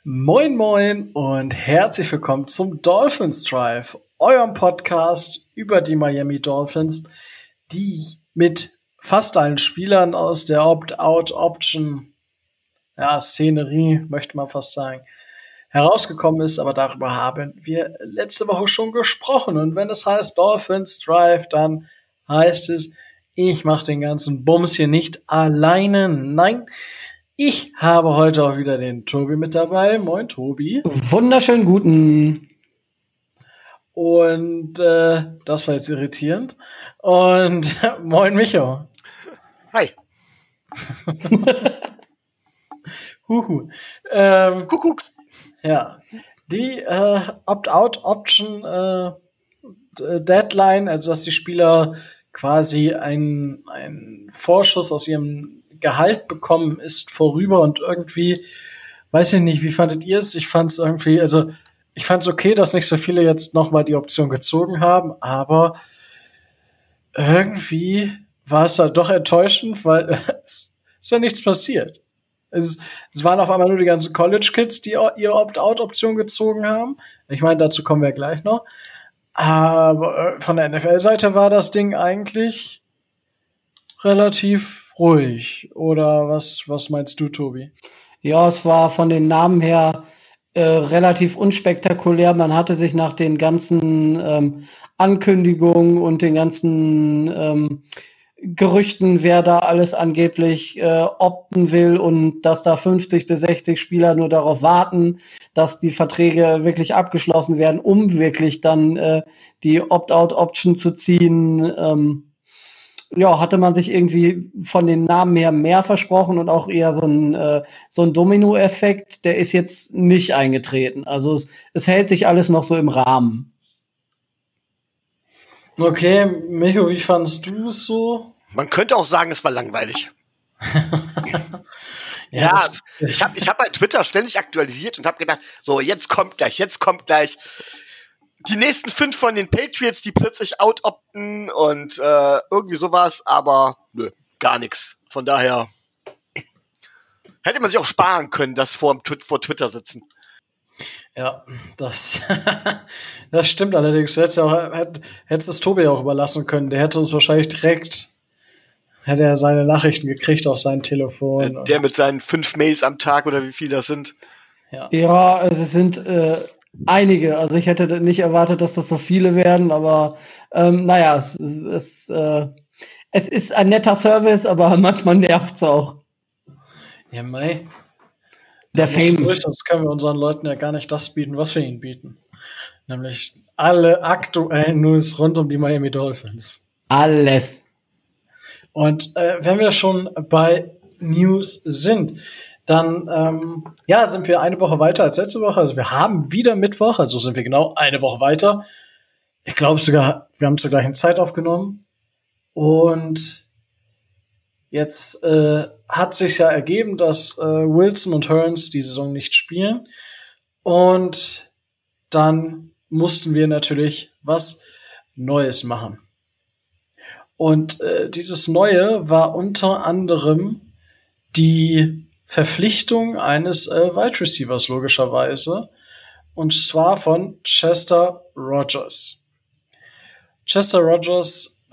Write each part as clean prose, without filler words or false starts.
Moin Moin und herzlich willkommen zum Dolphins Drive, eurem Podcast über die Miami Dolphins, die mit fast allen Spielern aus der Opt-out-Option, Szenerie, möchte man fast sagen, herausgekommen ist, aber darüber haben wir letzte Woche schon gesprochen. Und wenn es heißt Dolphins Drive, dann heißt es, ich mache den ganzen Bums hier nicht alleine. Nein, ich habe heute auch wieder den Tobi mit dabei. Moin, Tobi. Wunderschönen guten. Und das war jetzt irritierend. Und moin, Micho. Hi. Huhu. Kuckuck. Ja, die Opt-out-Option Deadline, also dass die Spieler quasi einen Vorschuss aus ihrem Gehalt bekommen, ist vorüber und irgendwie, weiß ich nicht, wie fandet ihr es? Ich fand es irgendwie, ich fand es okay, dass nicht so viele jetzt nochmal die Option gezogen haben, aber irgendwie war es halt doch enttäuschend, weil es ist ja nichts passiert. Es waren auf einmal nur die ganzen College-Kids, die ihre Opt-out-Option gezogen haben. Ich meine, dazu kommen wir gleich noch. Aber von der NFL-Seite war das Ding eigentlich relativ ruhig. Oder was meinst du, Tobi? Ja, es war von den Namen her relativ unspektakulär. Man hatte sich nach den ganzen Ankündigungen und den ganzen Gerüchten, wer da alles angeblich opten will und dass da 50 bis 60 Spieler nur darauf warten, dass die Verträge wirklich abgeschlossen werden, um wirklich dann die Opt-out-Option zu ziehen. Hatte man sich irgendwie von den Namen her mehr versprochen und auch eher so ein Domino-Effekt, der ist jetzt nicht eingetreten. Also es hält sich alles noch so im Rahmen. Okay, Micho, wie fandest du es so? Man könnte auch sagen, es war langweilig. Ja, ich hab bei Twitter ständig aktualisiert und habe gedacht, so, jetzt kommt gleich. Die nächsten 5 von den Patriots, die plötzlich out-opten und irgendwie sowas, aber nö, gar nichts. Von daher hätte man sich auch sparen können, das vor Twitter sitzen. Ja, das stimmt allerdings. Du hättest es Tobi auch überlassen können. Der hätte uns wahrscheinlich hätte er seine Nachrichten gekriegt auf sein Telefon. Der mit seinen 5 Mails am Tag oder wie viel das sind. Ja, also es sind einige. Also ich hätte nicht erwartet, dass das so viele werden, aber es ist ein netter Service, aber manchmal nervt es auch. Ja, mei. Der Fame. Sonst können wir unseren Leuten ja gar nicht das bieten, was wir ihnen bieten. Nämlich alle aktuellen News rund um die Miami Dolphins. Alles. Und wenn wir schon bei News sind, dann sind wir eine Woche weiter als letzte Woche. Also wir haben wieder Mittwoch, also sind wir genau eine Woche weiter. Ich glaube sogar, wir haben zur gleichen Zeit aufgenommen. Und jetzt hat sich ja ergeben, dass Wilson und Hurns die Saison nicht spielen. Und dann mussten wir natürlich was Neues machen. Und dieses Neue war unter anderem die Verpflichtung eines Wide Receivers logischerweise. Und zwar von Chester Rogers. Chester Rogers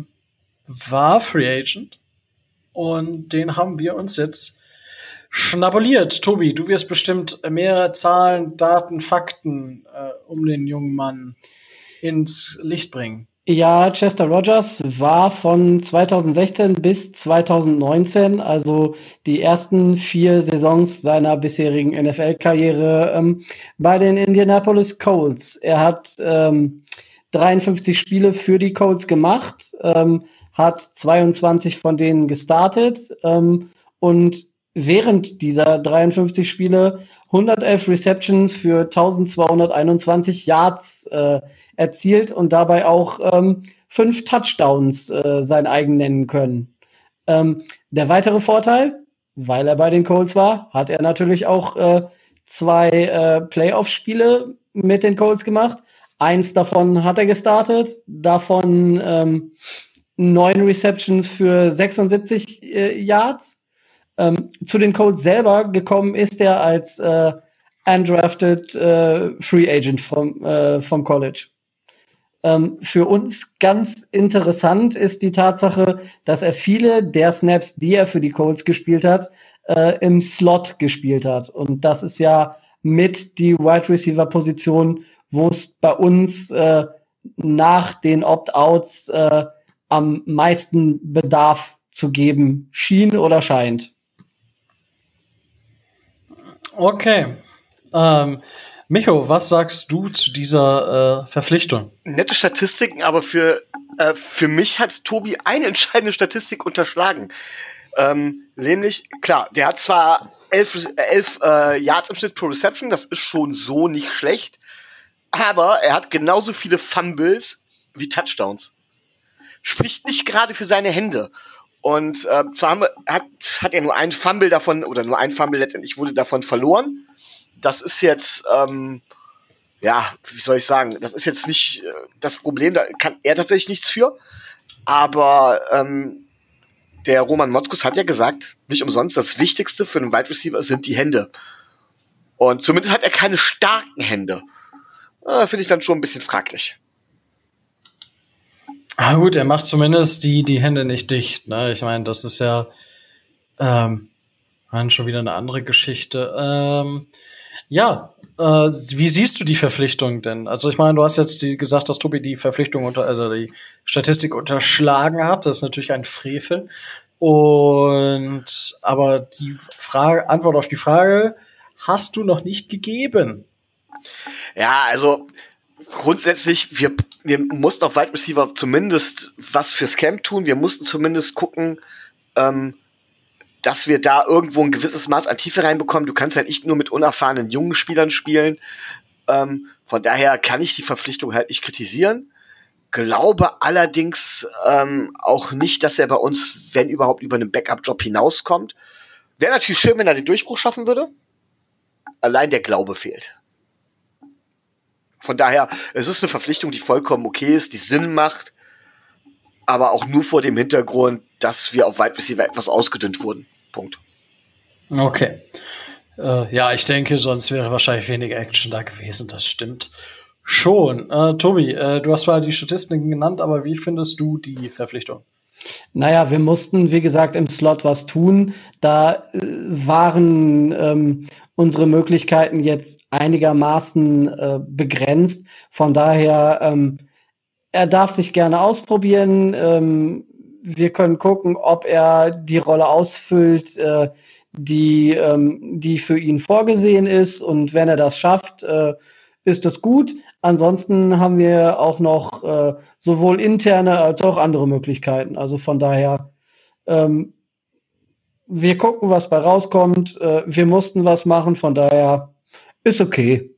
war Free Agent. Und den haben wir uns jetzt schnabuliert. Tobi, du wirst bestimmt mehrere Zahlen, Daten, Fakten um den jungen Mann ins Licht bringen. Ja, Chester Rogers war von 2016 bis 2019, also die ersten 4 Saisons seiner bisherigen NFL-Karriere bei den Indianapolis Colts. Er hat 53 Spiele für die Colts gemacht, hat 22 von denen gestartet und während dieser 53 Spiele 111 Receptions für 1221 Yards erzielt und dabei auch 5 Touchdowns sein eigen nennen können. Der weitere Vorteil, weil er bei den Colts war, hat er natürlich auch 2 Playoff-Spiele mit den Colts gemacht. 1 davon hat er gestartet, davon 9 Receptions für 76 Yards. Zu den Colts selber gekommen ist er als undrafted Free Agent vom College. Für uns ganz interessant ist die Tatsache, dass er viele der Snaps, die er für die Colts gespielt hat, im Slot gespielt hat. Und das ist ja mit die Wide Receiver Position, wo es bei uns nach den Opt-outs am meisten Bedarf zu geben schien oder scheint. Okay. Micho, was sagst du zu dieser Verpflichtung? Nette Statistiken, aber für mich hat Tobi eine entscheidende Statistik unterschlagen. Nämlich, klar, der hat zwar 11 Yards im Schnitt pro Reception, das ist schon so nicht schlecht, aber er hat genauso viele Fumbles wie Touchdowns. Spricht nicht gerade für seine Hände. Und zwar hat er nur einen Fumble davon, oder nur ein Fumble letztendlich wurde davon verloren. Das ist jetzt, wie soll ich sagen, das ist jetzt nicht das Problem, da kann er tatsächlich nichts für. Aber der Roman Motzkus hat ja gesagt, nicht umsonst, das Wichtigste für einen Wide Receiver sind die Hände. Und zumindest hat er keine starken Hände. Finde ich dann schon ein bisschen fraglich. Ah gut, er macht zumindest die Hände nicht dicht. Ne? Ich meine, das ist ja schon wieder eine andere Geschichte. Wie siehst du die Verpflichtung denn? Also ich meine, du hast jetzt gesagt, dass Tobi die Verpflichtung die Statistik unterschlagen hat. Das ist natürlich ein Frevel. Aber die Antwort auf die Frage hast du noch nicht gegeben. Ja, also grundsätzlich, wir mussten auf Wide Receiver zumindest was fürs Camp tun. Wir mussten zumindest gucken, dass wir da irgendwo ein gewisses Maß an Tiefe reinbekommen. Du kannst halt nicht nur mit unerfahrenen jungen Spielern spielen. Von daher kann ich die Verpflichtung halt nicht kritisieren. Glaube allerdings auch nicht, dass er bei uns, wenn überhaupt, über einen Backup-Job hinauskommt. Wäre natürlich schön, wenn er den Durchbruch schaffen würde. Allein der Glaube fehlt. Von daher, es ist eine Verpflichtung, die vollkommen okay ist, die Sinn macht, aber auch nur vor dem Hintergrund, dass wir auf Wide Receiver etwas ausgedünnt wurden. Punkt. Okay. Ich denke, sonst wäre wahrscheinlich weniger Action da gewesen, das stimmt schon. Tobi, du hast zwar die Statistiken genannt, aber wie findest du die Verpflichtung? Naja, wir mussten, wie gesagt, im Slot was tun. Da waren unsere Möglichkeiten jetzt einigermaßen begrenzt. Von daher, er darf sich gerne ausprobieren. Wir können gucken, ob er die Rolle ausfüllt, die für ihn vorgesehen ist. Und wenn er das schafft, ist das gut. Ansonsten haben wir auch noch sowohl interne als auch andere Möglichkeiten. Also von daher, wir gucken, was bei rauskommt. Wir mussten was machen, von daher ist okay.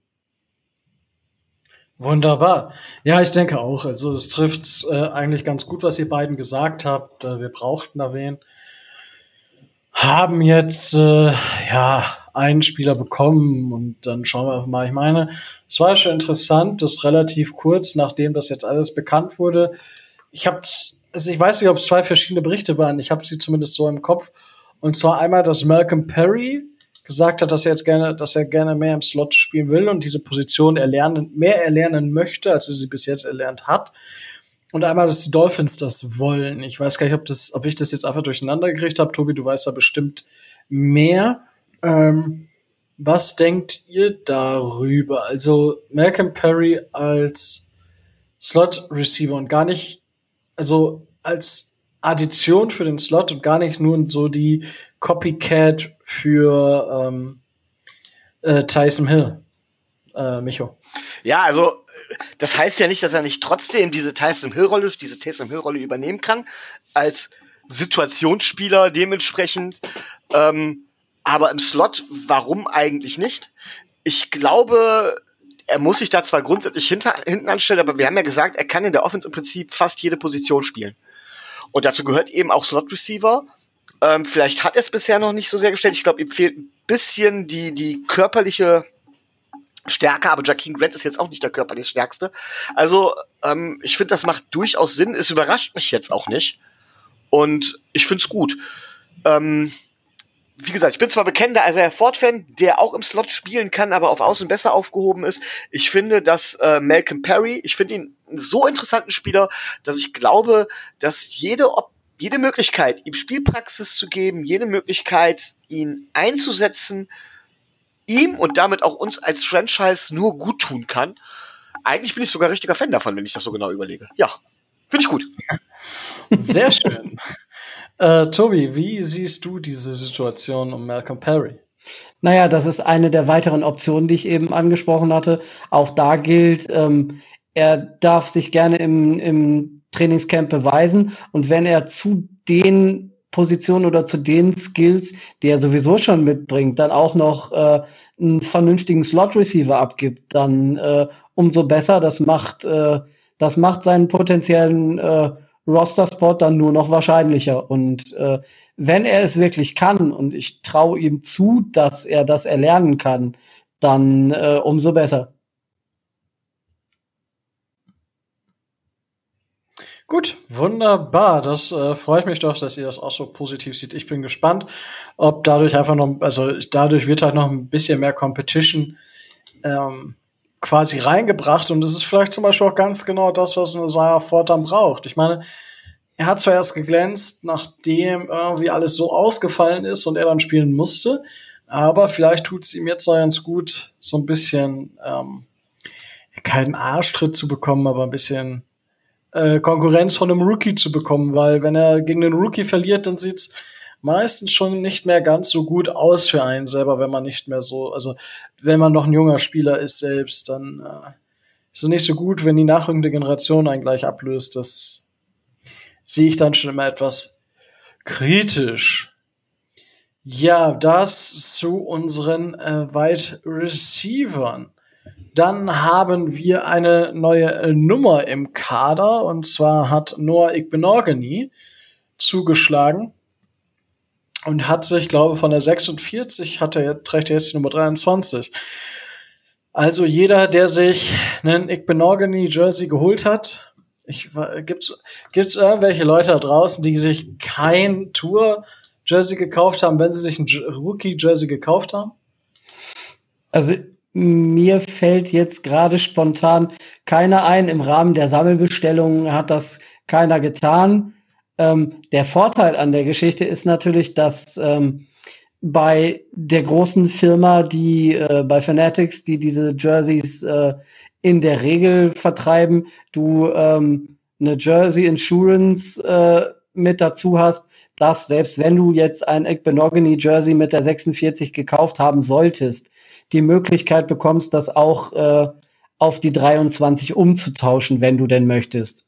Wunderbar. Ja, ich denke auch. Also es trifft eigentlich ganz gut, was ihr beiden gesagt habt. Wir brauchten da wen. Haben jetzt einen Spieler bekommen und dann schauen wir mal. Ich meine, es war schon interessant, dass relativ kurz, nachdem das jetzt alles bekannt wurde, ich weiß nicht, ob es 2 verschiedene Berichte waren, ich habe sie zumindest so im Kopf. Und zwar einmal, dass Malcolm Perry gesagt hat, dass er gerne mehr im Slot spielen will und diese Position mehr erlernen möchte, als er sie bis jetzt erlernt hat. Und einmal, dass die Dolphins das wollen. Ich weiß gar nicht, ob ich das jetzt einfach durcheinander gekriegt habe. Tobi, du weißt da bestimmt mehr. Was denkt ihr darüber? Also Malcolm Perry als Slot-Receiver und gar nicht, also als Addition für den Slot und gar nicht nur so die Copycat für Taysom Hill. Micho. Ja, also das heißt ja nicht, dass er nicht trotzdem diese Taysom Hill-Rolle übernehmen kann, als Situationsspieler dementsprechend. Aber im Slot, warum eigentlich nicht? Ich glaube, er muss sich da zwar grundsätzlich hinten anstellen, aber wir haben ja gesagt, er kann in der Offense im Prinzip fast jede Position spielen. Und dazu gehört eben auch Slot-Receiver. Vielleicht hat er es bisher noch nicht so sehr gestellt. Ich glaube, ihm fehlt ein bisschen die körperliche Stärke, aber Jakeem Grant ist jetzt auch nicht der körperlich Stärkste. Also, ich finde, das macht durchaus Sinn. Es überrascht mich jetzt auch nicht. Und ich finde es gut. wie gesagt, ich bin zwar bekennender Isaiah Ford-Fan, der auch im Slot spielen kann, aber auf Außen besser aufgehoben ist. Ich finde, dass Malcolm Perry, ich finde ihn einen so interessanten Spieler, dass ich glaube, dass jede Möglichkeit, ihm Spielpraxis zu geben, jede Möglichkeit, ihn einzusetzen, ihm und damit auch uns als Franchise nur gut tun kann. Eigentlich bin ich sogar richtiger Fan davon, wenn ich das so genau überlege. Ja, finde ich gut. Sehr schön. Tobi, wie siehst du diese Situation um Malcolm Perry? Naja, das ist eine der weiteren Optionen, die ich eben angesprochen hatte. Auch da gilt, er darf sich gerne im Trainingscamp beweisen. Und wenn er zu den Positionen oder zu den Skills, die er sowieso schon mitbringt, dann auch noch einen vernünftigen Slot-Receiver abgibt, dann umso besser. Das macht seinen potenziellen Roster-Spot dann nur noch wahrscheinlicher. Und wenn er es wirklich kann, und ich traue ihm zu, dass er das erlernen kann, dann umso besser. Gut, wunderbar. Das freut mich doch, dass ihr das auch so positiv seht. Ich bin gespannt, ob dadurch dadurch wird halt noch ein bisschen mehr Competition quasi reingebracht. Und das ist vielleicht zum Beispiel auch ganz genau das, was ein Isaiah Ford dann braucht. Ich meine, er hat zwar erst geglänzt, nachdem irgendwie alles so ausgefallen ist und er dann spielen musste, aber vielleicht tut es ihm jetzt noch ganz gut, so ein bisschen keinen Arschtritt zu bekommen, aber ein bisschen Konkurrenz von einem Rookie zu bekommen, weil wenn er gegen einen Rookie verliert, dann sieht's meistens schon nicht mehr ganz so gut aus für einen selber, wenn man nicht mehr so, also wenn man noch ein junger Spieler ist selbst, dann ist es nicht so gut, wenn die nachrückende Generation einen gleich ablöst. Das sehe ich dann schon immer etwas kritisch. Ja, das zu unseren Wide Receivern. Dann haben wir eine neue Nummer im Kader, und zwar hat Noah Igbenogany zugeschlagen und hat sich, glaube von der 46 trägt er jetzt die Nummer 23. Also jeder, der sich einen Igbenogany Jersey geholt hat, gibt's irgendwelche Leute da draußen, die sich kein Tour Jersey gekauft haben, wenn sie sich ein Rookie Jersey gekauft haben? Also mir fällt jetzt gerade spontan keiner ein. Im Rahmen der Sammelbestellungen hat das keiner getan. Der Vorteil an der Geschichte ist natürlich, dass bei der großen Firma, bei Fanatics, die diese Jerseys in der Regel vertreiben, du eine Jersey Insurance mit dazu hast, dass selbst wenn du jetzt ein Igbenogany Jersey mit der 46 gekauft haben solltest, die Möglichkeit bekommst, das auch auf die 23 umzutauschen, wenn du denn möchtest.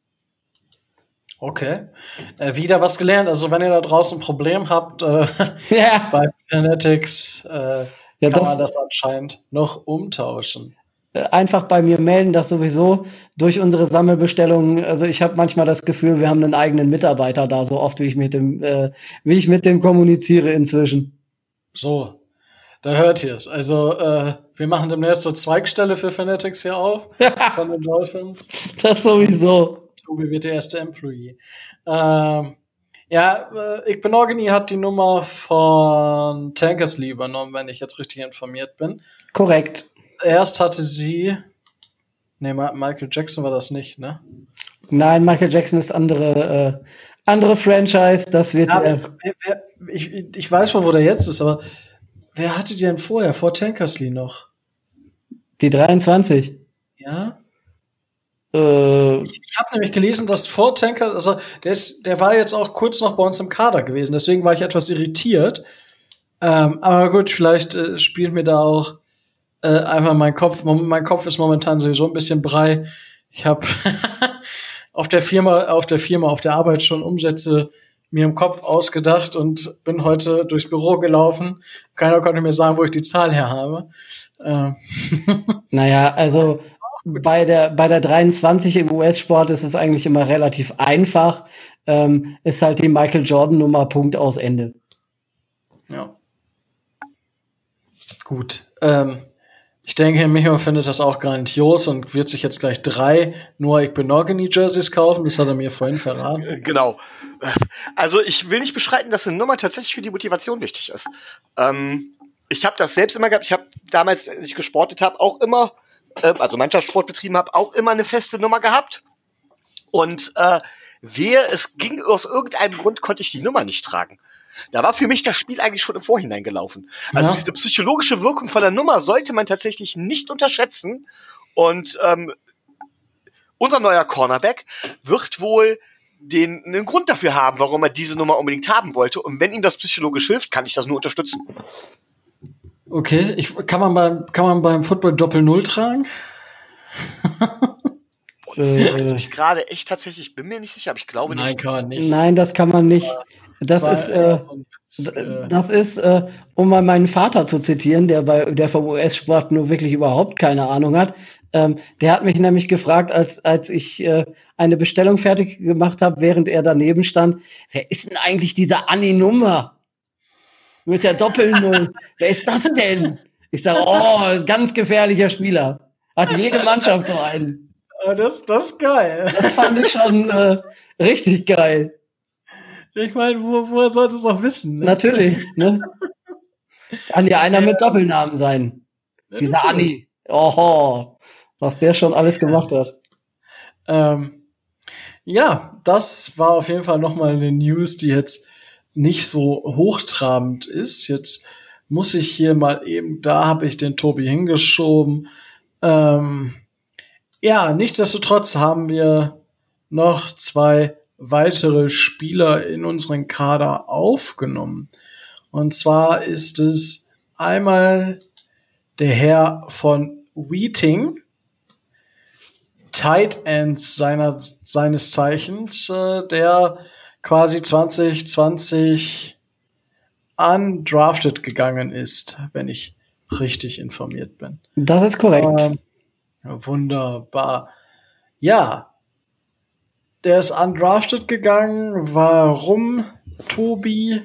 Okay. Wieder was gelernt. Also wenn ihr da draußen ein Problem habt Ja. bei Fanatics, kann man das anscheinend noch umtauschen. Einfach bei mir melden, das sowieso durch unsere Sammelbestellungen. Also ich habe manchmal das Gefühl, wir haben einen eigenen Mitarbeiter da, so oft wie ich mit dem kommuniziere inzwischen. So, da hört ihr es. Also wir machen demnächst eine Zweigstelle für Fanatics hier auf von den Dolphins. Das sowieso. Tobi wird der erste Employee. Igbenogany hat die Nummer von Tankersley übernommen, wenn ich jetzt richtig informiert bin. Korrekt. Erst hatte sie Michael Jackson war das nicht, ne? Nein, Michael Jackson ist andere Franchise. Das wird. Ich weiß wohl, wo der jetzt ist, aber wer hatte die denn vorher, vor Tankersley noch? Die 23. Ja? Ich habe nämlich gelesen, dass vor Tanker, also der war jetzt auch kurz noch bei uns im Kader gewesen, deswegen war ich etwas irritiert. Aber gut, vielleicht spielt mir da auch einfach mein Kopf ist momentan sowieso ein bisschen Brei. Ich habe auf der Arbeit schon Umsätze mir im Kopf ausgedacht und bin heute durchs Büro gelaufen. Keiner konnte mir sagen, wo ich die Zahl her habe. Naja, also bei der 23 im US-Sport ist es eigentlich immer relativ einfach. Ist halt die Michael Jordan-Nummer, Punkt, aus Ende. Ja. Gut. Ich denke, Micho findet das auch grandios und wird sich jetzt gleich 3 Noah Igbinogany-Jerseys kaufen. Das hat er mir vorhin verraten. Genau. Also ich will nicht beschreiten, dass eine Nummer tatsächlich für die Motivation wichtig ist. Ich habe das selbst immer gehabt. Ich habe damals, als ich gesportet habe, auch immer, also Mannschaftssport betrieben habe, auch immer eine feste Nummer gehabt. Und es ging aus irgendeinem Grund, konnte ich die Nummer nicht tragen. Da war für mich das Spiel eigentlich schon im Vorhinein gelaufen. Also diese psychologische Wirkung von der Nummer sollte man tatsächlich nicht unterschätzen. Und unser neuer Cornerback wird wohl einen Grund dafür haben, warum er diese Nummer unbedingt haben wollte. Und wenn ihm das psychologisch hilft, kann ich das nur unterstützen. Okay, kann man beim Football Doppel-0 tragen? Ich gerade echt tatsächlich, bin mir nicht sicher, aber ich glaube nicht. Nein, kann man nicht. Nein, das kann man nicht. Das ist, um mal meinen Vater zu zitieren, der vom US-Sport nur wirklich überhaupt keine Ahnung hat. Der hat mich nämlich gefragt, als ich eine Bestellung fertig gemacht habe, während er daneben stand, wer ist denn eigentlich dieser Anni-Nummer mit der Doppel-Null? Wer ist das denn? Ich sage, ist ganz gefährlicher Spieler. Hat jede Mannschaft so einen. Das ist geil. Das fand ich schon richtig geil. Ich meine, woher sollte es auch wissen? Ne? Natürlich. Ne? Kann ja einer mit Doppelnamen sein. Ja, dieser Anni. Oho, was der schon alles gemacht hat. Ja, das war auf jeden Fall nochmal eine News, die jetzt nicht so hochtrabend ist. Jetzt muss ich hier mal eben, da habe ich den Tobi hingeschoben. Ja, nichtsdestotrotz haben wir noch 2 weitere Spieler in unseren Kader aufgenommen. Und zwar ist es einmal der Herr von Wheating, Tight End seines Zeichens, der quasi 2020 undrafted gegangen ist, wenn ich richtig informiert bin. Das ist korrekt. Wunderbar. Ja, der ist undrafted gegangen. Warum, Tobi?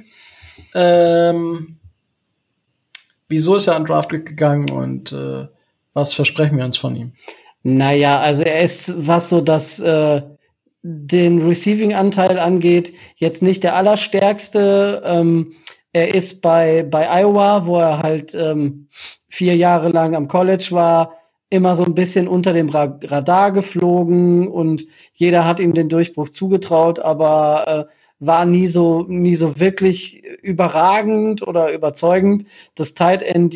Wieso ist er undrafted gegangen und was versprechen wir uns von ihm? Naja, also er ist, was so das den Receiving-Anteil angeht, jetzt nicht der allerstärkste. Er ist bei Iowa, wo er halt 4 Jahre lang am College war, immer so ein bisschen unter dem Radar geflogen und jeder hat ihm den Durchbruch zugetraut, aber war nie so wirklich überragend oder überzeugend. Das Tight End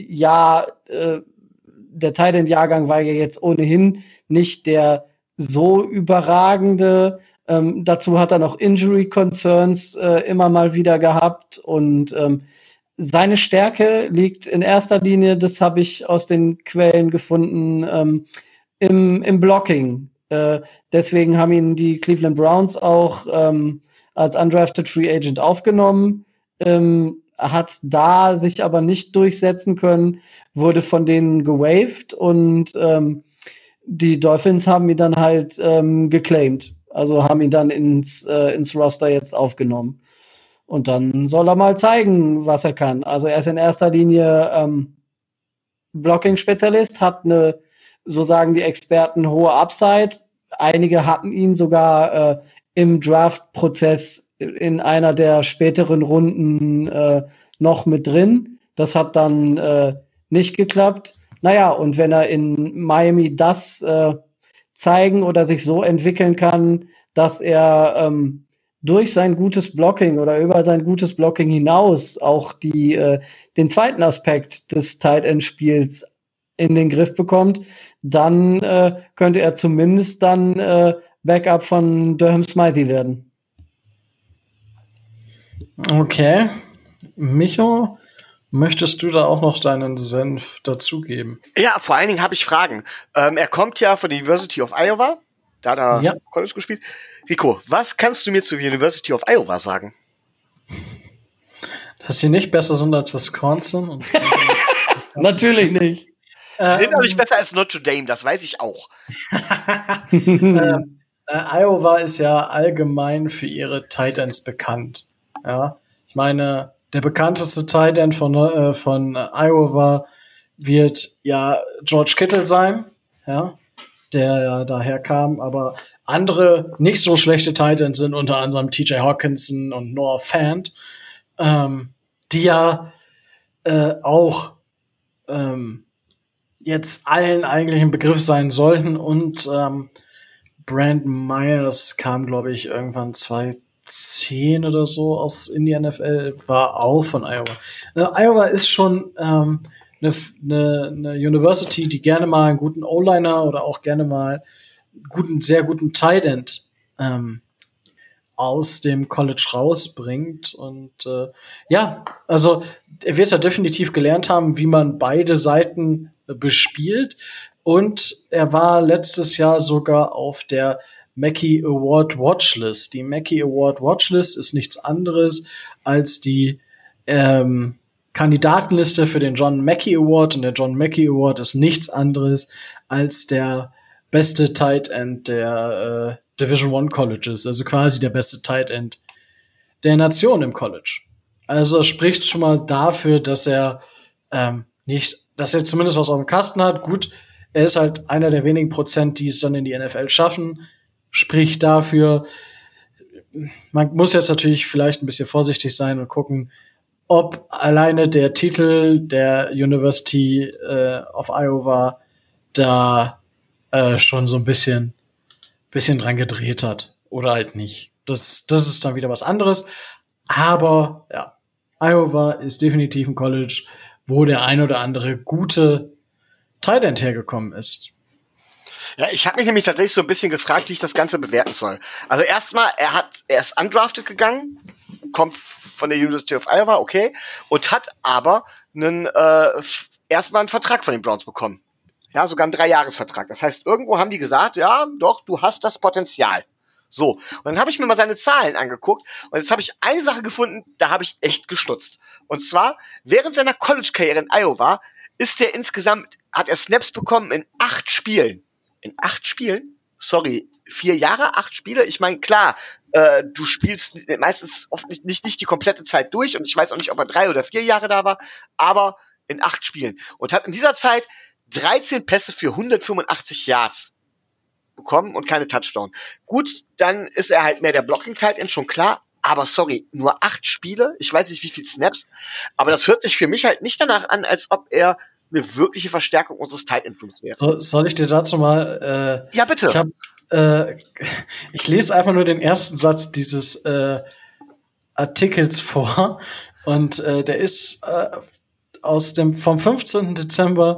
der Tight End Jahrgang war ja jetzt ohnehin nicht der so überragende. Dazu hat er noch Injury Concerns immer mal wieder gehabt und seine Stärke liegt in erster Linie, das habe ich aus den Quellen gefunden, im Blocking. Deswegen haben ihn die Cleveland Browns auch als undrafted Free Agent aufgenommen, hat da sich aber nicht durchsetzen können, wurde von denen gewaved und die Dolphins haben ihn dann halt geclaimed. Also haben ihn dann ins Roster jetzt aufgenommen. Und dann soll er mal zeigen, was er kann. Also er ist in erster Linie Blocking-Spezialist, hat eine, so sagen die Experten, hohe Upside. Einige hatten ihn sogar im Draft-Prozess in einer der späteren Runden noch mit drin. Das hat dann nicht geklappt. Naja, und wenn er in Miami das zeigen oder sich so entwickeln kann, dass er durch sein gutes Blocking oder über sein gutes Blocking hinaus auch den zweiten Aspekt des Tight End Spiels in den Griff bekommt, dann könnte er zumindest dann Backup von Durham Smythe werden. Okay. Micho, möchtest du da auch noch deinen Senf dazugeben? Ja, vor allen Dingen habe ich Fragen. Er kommt ja von der University of Iowa. Da hat er College gespielt. Rico, was kannst du mir zur University of Iowa sagen? Dass sie nicht besser sind als Wisconsin. Und natürlich nicht. Sie sind auch nicht besser als Notre Dame, das weiß ich auch. Iowa ist ja allgemein für ihre Tight Ends bekannt. Ja, ich meine, der bekannteste Tight End von Iowa wird ja George Kittle sein, ja, der ja daher kam, aber andere nicht so schlechte Tight Ends sind unter anderem TJ Hawkinson und Noah Fant, die ja auch jetzt allen eigentlich ein Begriff sein sollten. Und Brandon Myers kam, glaube ich, irgendwann 2010 oder so in die NFL, war auch von Iowa. Iowa ist schon eine University, die gerne mal einen guten O-Liner oder auch gerne mal sehr guten Tight End aus dem College rausbringt. Und ja, also er wird ja definitiv gelernt haben, wie man beide Seiten bespielt. Und er war letztes Jahr sogar auf der Mackey Award Watchlist. Die Mackey Award Watchlist ist nichts anderes als die Kandidatenliste für den John Mackey Award. Und der John Mackey Award ist nichts anderes als der beste Tight End der Division I Colleges, also quasi der beste Tight End der Nation im College. Also spricht schon mal dafür, dass er dass er zumindest was auf dem Kasten hat. Gut, er ist halt einer der wenigen Prozent, die es dann in die NFL schaffen. Spricht dafür, man muss jetzt natürlich vielleicht ein bisschen vorsichtig sein und gucken, ob alleine der Titel der University of Iowa da schon so ein bisschen dran gedreht hat oder halt nicht. Das ist dann wieder was anderes. Aber ja, Iowa ist definitiv ein College, wo der ein oder andere gute Tight End hergekommen ist. Ja, ich habe mich nämlich tatsächlich so ein bisschen gefragt, wie ich das Ganze bewerten soll. Also erstmal, er ist undrafted gegangen, kommt von der University of Iowa, okay, und hat aber erstmal einen Vertrag von den Browns bekommen. Ja, sogar einen 3-Jahres-Vertrag. Das heißt, irgendwo haben die gesagt, ja, doch, du hast das Potenzial. So, und dann habe ich mir mal seine Zahlen angeguckt und jetzt habe ich eine Sache gefunden, da habe ich echt gestutzt. Und zwar, während seiner College-Karriere in Iowa hat er Snaps bekommen in 8 Spielen. In 8 Spielen? Sorry, 4 Jahre, 8 Spiele? Ich meine, klar, du spielst meistens oft nicht die komplette Zeit durch und ich weiß auch nicht, ob er 3 oder 4 Jahre da war, aber in 8 Spielen. Und hat in dieser Zeit 13 Pässe für 185 Yards bekommen und keine Touchdown. Gut, dann ist er halt mehr der Blocking-Tight End, schon klar. Aber sorry, nur 8 Spiele? Ich weiß nicht, wie viel Snaps. Aber das hört sich für mich halt nicht danach an, als ob er eine wirkliche Verstärkung unseres Tight End Rooms wäre. Soll ich dir dazu mal ja, bitte. Ich lese einfach nur den ersten Satz dieses Artikels vor. Und der ist vom 15. Dezember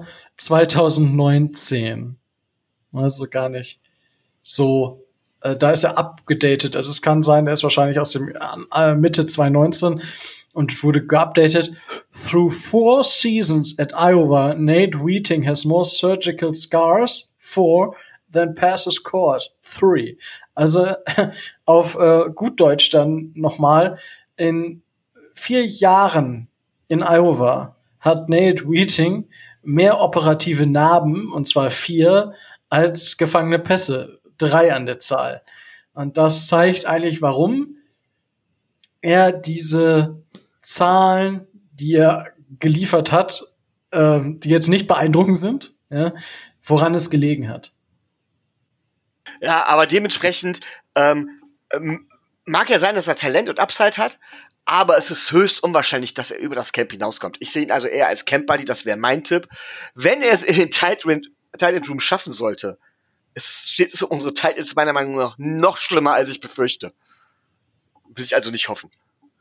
2019. Also gar nicht so, da ist er abgedatet. Also es kann sein, der ist wahrscheinlich aus dem Mitte 2019 und wurde geupdatet. Through 4 seasons at Iowa, Nate Wheating has more surgical scars, 4, than passes caught, 3. Also auf gut Deutsch dann nochmal, in 4 Jahren in Iowa hat Nate Wheating mehr operative Narben, und zwar 4, als gefangene Pässe, 3 an der Zahl. Und das zeigt eigentlich, warum er diese Zahlen, die er geliefert hat, die jetzt nicht beeindruckend sind, ja, woran es gelegen hat. Ja, aber dementsprechend mag ja sein, dass er Talent und Upside hat, aber es ist höchst unwahrscheinlich, dass er über das Camp hinauskommt. Ich sehe ihn also eher als Camp-Buddy, das wäre mein Tipp. Wenn er es in den Tight End Room schaffen sollte, steht es unsere Tight Ends meiner Meinung nach noch schlimmer, als ich befürchte. Will ich also nicht hoffen.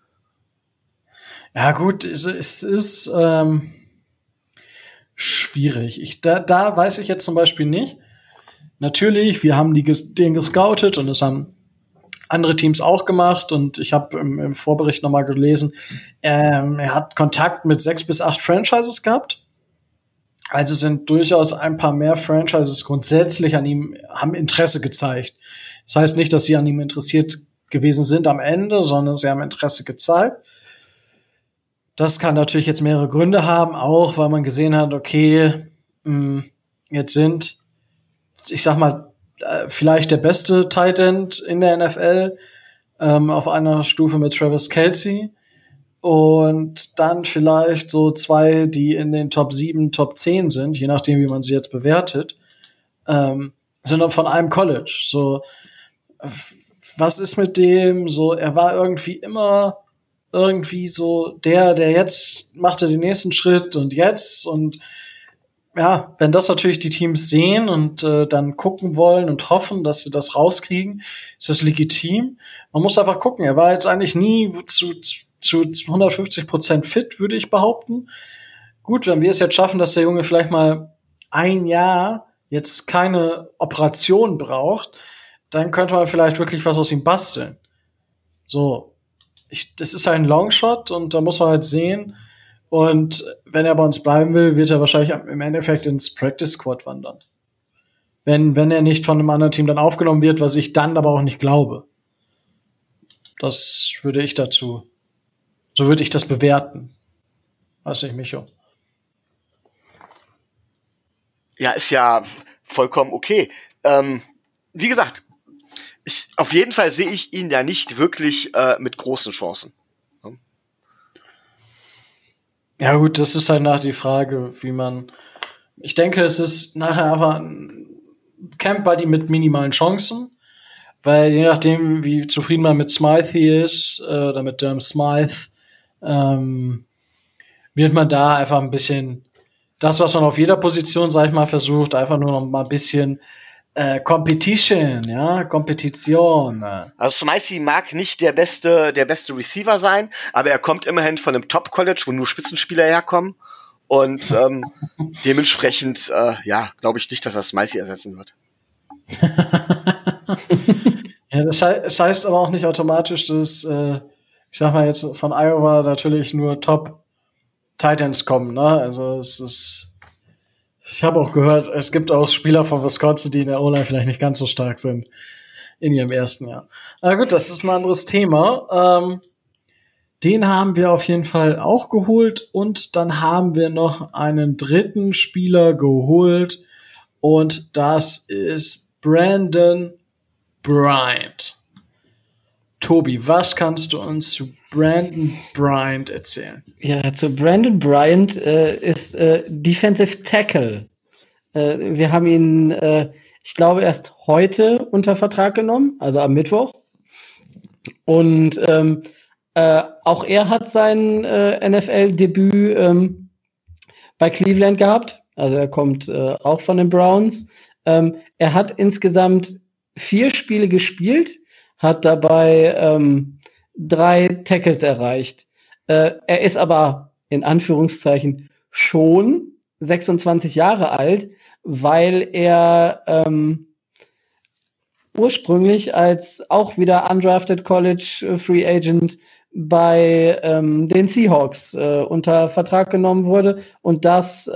Ja gut, es ist schwierig. Da weiß ich jetzt zum Beispiel nicht. Natürlich, wir haben den gescoutet und das haben andere Teams auch gemacht und ich habe im Vorbericht nochmal gelesen, er hat Kontakt mit 6 bis 8 Franchises gehabt. Also sind durchaus ein paar mehr Franchises grundsätzlich an ihm, haben Interesse gezeigt. Das heißt nicht, dass sie an ihm interessiert gewesen sind am Ende, sondern sie haben Interesse gezeigt. Das kann natürlich jetzt mehrere Gründe haben, auch weil man gesehen hat, okay, jetzt sind, ich sag mal, vielleicht der beste Tight End in der NFL auf einer Stufe mit Travis Kelce und dann vielleicht so 2, die in den Top 7, Top 10 sind, je nachdem, wie man sie jetzt bewertet, sind dann von einem College. So, was ist mit dem? So, er war irgendwie immer irgendwie so der jetzt macht er den nächsten Schritt und jetzt und ja, wenn das natürlich die Teams sehen und dann gucken wollen und hoffen, dass sie das rauskriegen, ist das legitim. Man muss einfach gucken. Er war jetzt eigentlich nie zu 150% fit, würde ich behaupten. Gut, wenn wir es jetzt schaffen, dass der Junge vielleicht mal ein Jahr jetzt keine Operation braucht, dann könnte man vielleicht wirklich was aus ihm basteln. So, das ist ein Longshot und da muss man halt sehen. Und wenn er bei uns bleiben will, wird er wahrscheinlich im Endeffekt ins Practice Squad wandern. Wenn er nicht von einem anderen Team dann aufgenommen wird, was ich dann aber auch nicht glaube. Das würde ich dazu, so würde ich das bewerten. Weiß nicht, Micho. Ja, ist ja vollkommen okay. Wie gesagt, auf jeden Fall sehe ich ihn ja nicht wirklich mit großen Chancen. Ja gut, das ist halt nach die Frage, wie man. Ich denke, es ist nachher einfach ein Camp Buddy mit minimalen Chancen, weil je nachdem, wie zufrieden man mit Smythe ist, oder mit Smythe, wird man da einfach ein bisschen das, was man auf jeder Position, sag ich mal, versucht, einfach nur noch mal ein bisschen Competition, ja, Kompetition. Also Smythe mag nicht der beste Receiver sein, aber er kommt immerhin von einem Top-College, wo nur Spitzenspieler herkommen. Und dementsprechend, glaube ich nicht, dass er Smythe ersetzen wird. Ja, das heißt aber auch nicht automatisch, dass, ich sag mal jetzt von Iowa natürlich nur Top-Titans kommen, ne? Also ich habe auch gehört, es gibt auch Spieler von Wisconsin, die in der O-Line vielleicht nicht ganz so stark sind in ihrem ersten Jahr. Aber gut, das ist ein anderes Thema. Den haben wir auf jeden Fall auch geholt und dann haben wir noch einen dritten Spieler geholt und das ist Brandon Bryant. Tobi, was kannst du uns zu Brandon Bryant erzählen? Ja, zu Brandon Bryant ist Defensive Tackle. Wir haben ihn, ich glaube, erst heute unter Vertrag genommen, also am Mittwoch. Und auch er hat sein NFL-Debüt bei Cleveland gehabt. Also er kommt auch von den Browns. Er hat insgesamt 4 Spiele gespielt, hat dabei 3 Tackles erreicht. Er ist aber in Anführungszeichen schon 26 Jahre alt, weil er ursprünglich als auch wieder undrafted College Free Agent bei den Seahawks unter Vertrag genommen wurde und das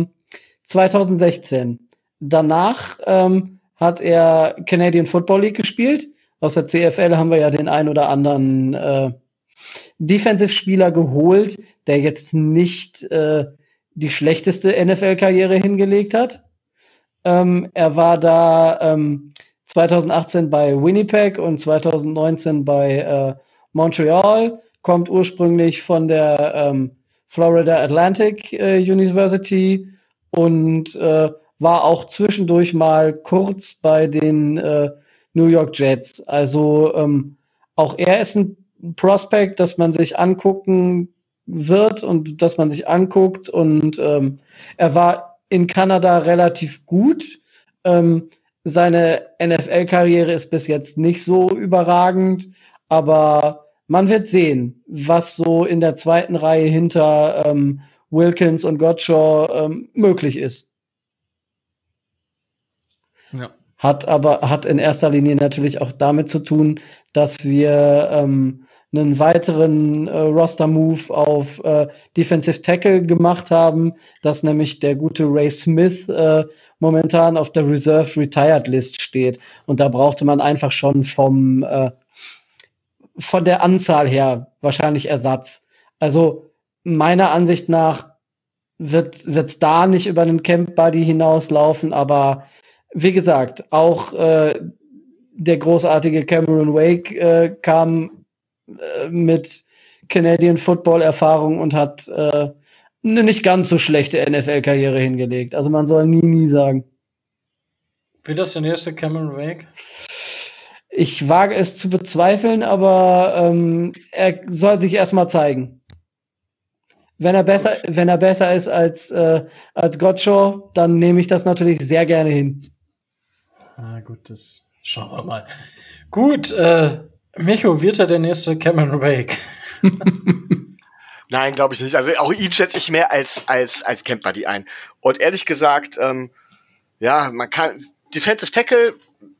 2016. Danach hat er Canadian Football League gespielt. Aus der CFL haben wir ja den ein oder anderen Defensive-Spieler geholt, der jetzt nicht die schlechteste NFL-Karriere hingelegt hat. Er war da 2018 bei Winnipeg und 2019 bei Montreal, kommt ursprünglich von der Florida Atlantic University und war auch zwischendurch mal kurz bei den New York Jets. Also auch er ist ein Prospect, das man sich angucken wird und das man sich anguckt. Und er war in Kanada relativ gut. Seine NFL-Karriere ist bis jetzt nicht so überragend, aber man wird sehen, was so in der zweiten Reihe hinter Wilkins und Gottschall möglich ist. Ja. Hat in erster Linie natürlich auch damit zu tun, dass wir einen weiteren Roster-Move auf Defensive Tackle gemacht haben, dass nämlich der gute Ray Smith momentan auf der Reserved Retired List steht. Und da brauchte man einfach schon von der Anzahl her wahrscheinlich Ersatz. Also meiner Ansicht nach wird's da nicht über den Camp Buddy hinauslaufen, aber wie gesagt, auch der großartige Cameron Wake kam mit Canadian Football-Erfahrung und hat eine nicht ganz so schlechte NFL-Karriere hingelegt. Also man soll nie sagen. Wird das der nächste Cameron Wake? Ich wage es zu bezweifeln, aber er soll sich erstmal zeigen. Wenn er besser ist als Godchaux, dann nehme ich das natürlich sehr gerne hin. Gut, das schauen wir mal. Gut, Micho, wird er der nächste Cameron Wake? Nein, glaube ich nicht. Also auch ihn schätze ich mehr als Camp Buddy ein. Und ehrlich gesagt, man kann Defensive Tackle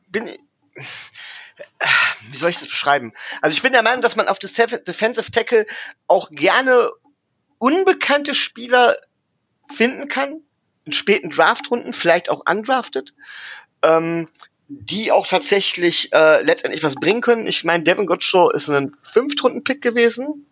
wie soll ich das beschreiben? Also ich bin der Meinung, dass man auf das Defensive Tackle auch gerne unbekannte Spieler finden kann, in späten Draftrunden, vielleicht auch undrafted, die auch tatsächlich letztendlich was bringen können. Ich meine, Devin Godchaux ist ein 5-Runden-Pick gewesen.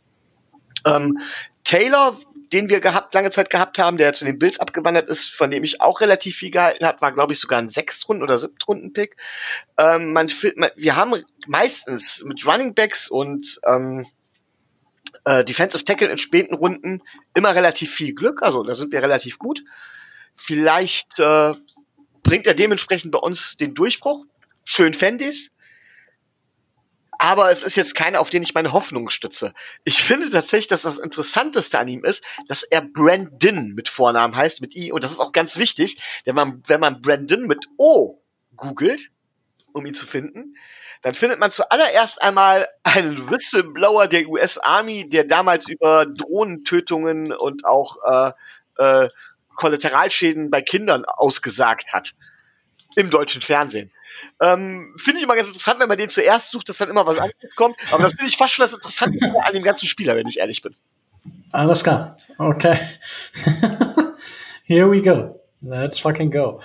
Taylor, den wir lange Zeit gehabt haben, der zu den Bills abgewandert ist, von dem ich auch relativ viel gehalten habe, war, glaube ich, sogar ein 6-Runden- oder 7-Runden-Pick. Wir haben meistens mit Running Backs und Defensive Tackle in späten Runden immer relativ viel Glück, also da sind wir relativ gut. Vielleicht bringt er dementsprechend bei uns den Durchbruch. Schön fände ich's. Aber es ist jetzt keiner, auf den ich meine Hoffnung stütze. Ich finde tatsächlich, dass das Interessanteste an ihm ist, dass er Brandon mit Vornamen heißt, mit I. Und das ist auch ganz wichtig, denn wenn man Brandon mit O googelt, um ihn zu finden, dann findet man zuallererst einmal einen Whistleblower der US Army, der damals über Drohnentötungen und auch Kollateralschäden bei Kindern ausgesagt hat. Im deutschen Fernsehen. Finde ich immer ganz interessant, wenn man den zuerst sucht, dass dann immer was anderes kommt. Aber das finde ich fast schon das Interessante an dem ganzen Spieler, wenn ich ehrlich bin. Alles klar. Okay. Here we go. Let's fucking go.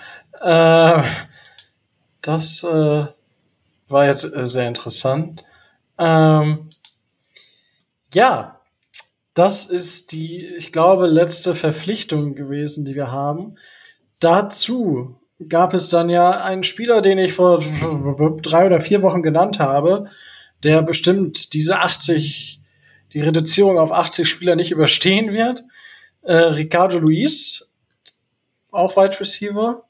Das war jetzt sehr interessant. Ja, das ist die, ich glaube, letzte Verpflichtung gewesen, die wir haben. Dazu gab es dann ja einen Spieler, den ich vor 3 oder 4 Wochen genannt habe, der bestimmt die Reduzierung auf 80 Spieler nicht überstehen wird. Ricardo Luis, auch Wide Receiver.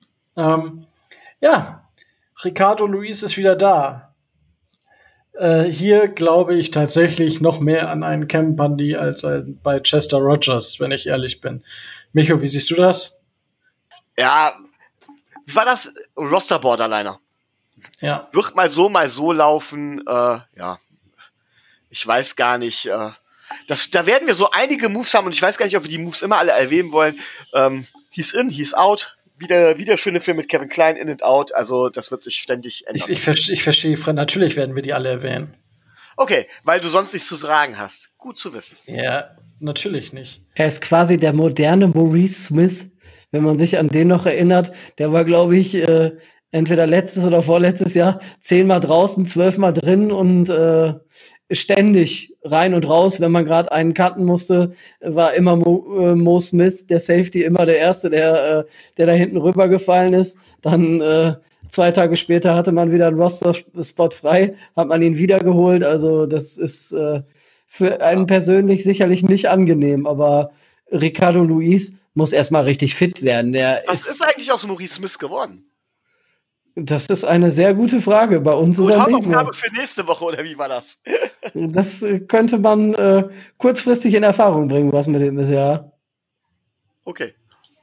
Ricardo Luis ist wieder da. Hier glaube ich tatsächlich noch mehr an einen Cam Bundy als bei Chester Rogers, wenn ich ehrlich bin. Micho, wie siehst du das? Ja, wie war das? Roster-Borderliner. Ja. Wird mal so laufen. Ich weiß gar nicht. Da werden wir so einige Moves haben und ich weiß gar nicht, ob wir die Moves immer alle erwähnen wollen. He's in, he's out. Wieder schöne Film mit Kevin Kline, in and out. Also das wird sich ständig ändern. Ich verstehe, natürlich werden wir die alle erwähnen. Okay, weil du sonst nichts zu sagen hast. Gut zu wissen. Ja, natürlich nicht. Er ist quasi der moderne Maurice Smith, wenn man sich an den noch erinnert. Der war, glaube ich, entweder letztes oder vorletztes Jahr 10-mal draußen, 12-mal drin und ständig rein und raus. Wenn man gerade einen cutten musste, war immer Mo Smith, der Safety, immer der Erste, der da hinten rübergefallen ist. Dann 2 Tage später hatte man wieder einen Roster-Spot frei, hat man ihn wiedergeholt. Also das ist für einen persönlich sicherlich nicht angenehm, aber Ricardo Luis muss erstmal richtig fit werden. Was ist eigentlich aus Maurice Smith geworden? Das ist eine sehr gute Frage. Bei uns ist er nicht mehr. Hausaufgabe für nächste Woche, oder wie war das? Das könnte man kurzfristig in Erfahrung bringen, was mit dem ist, ja. Okay.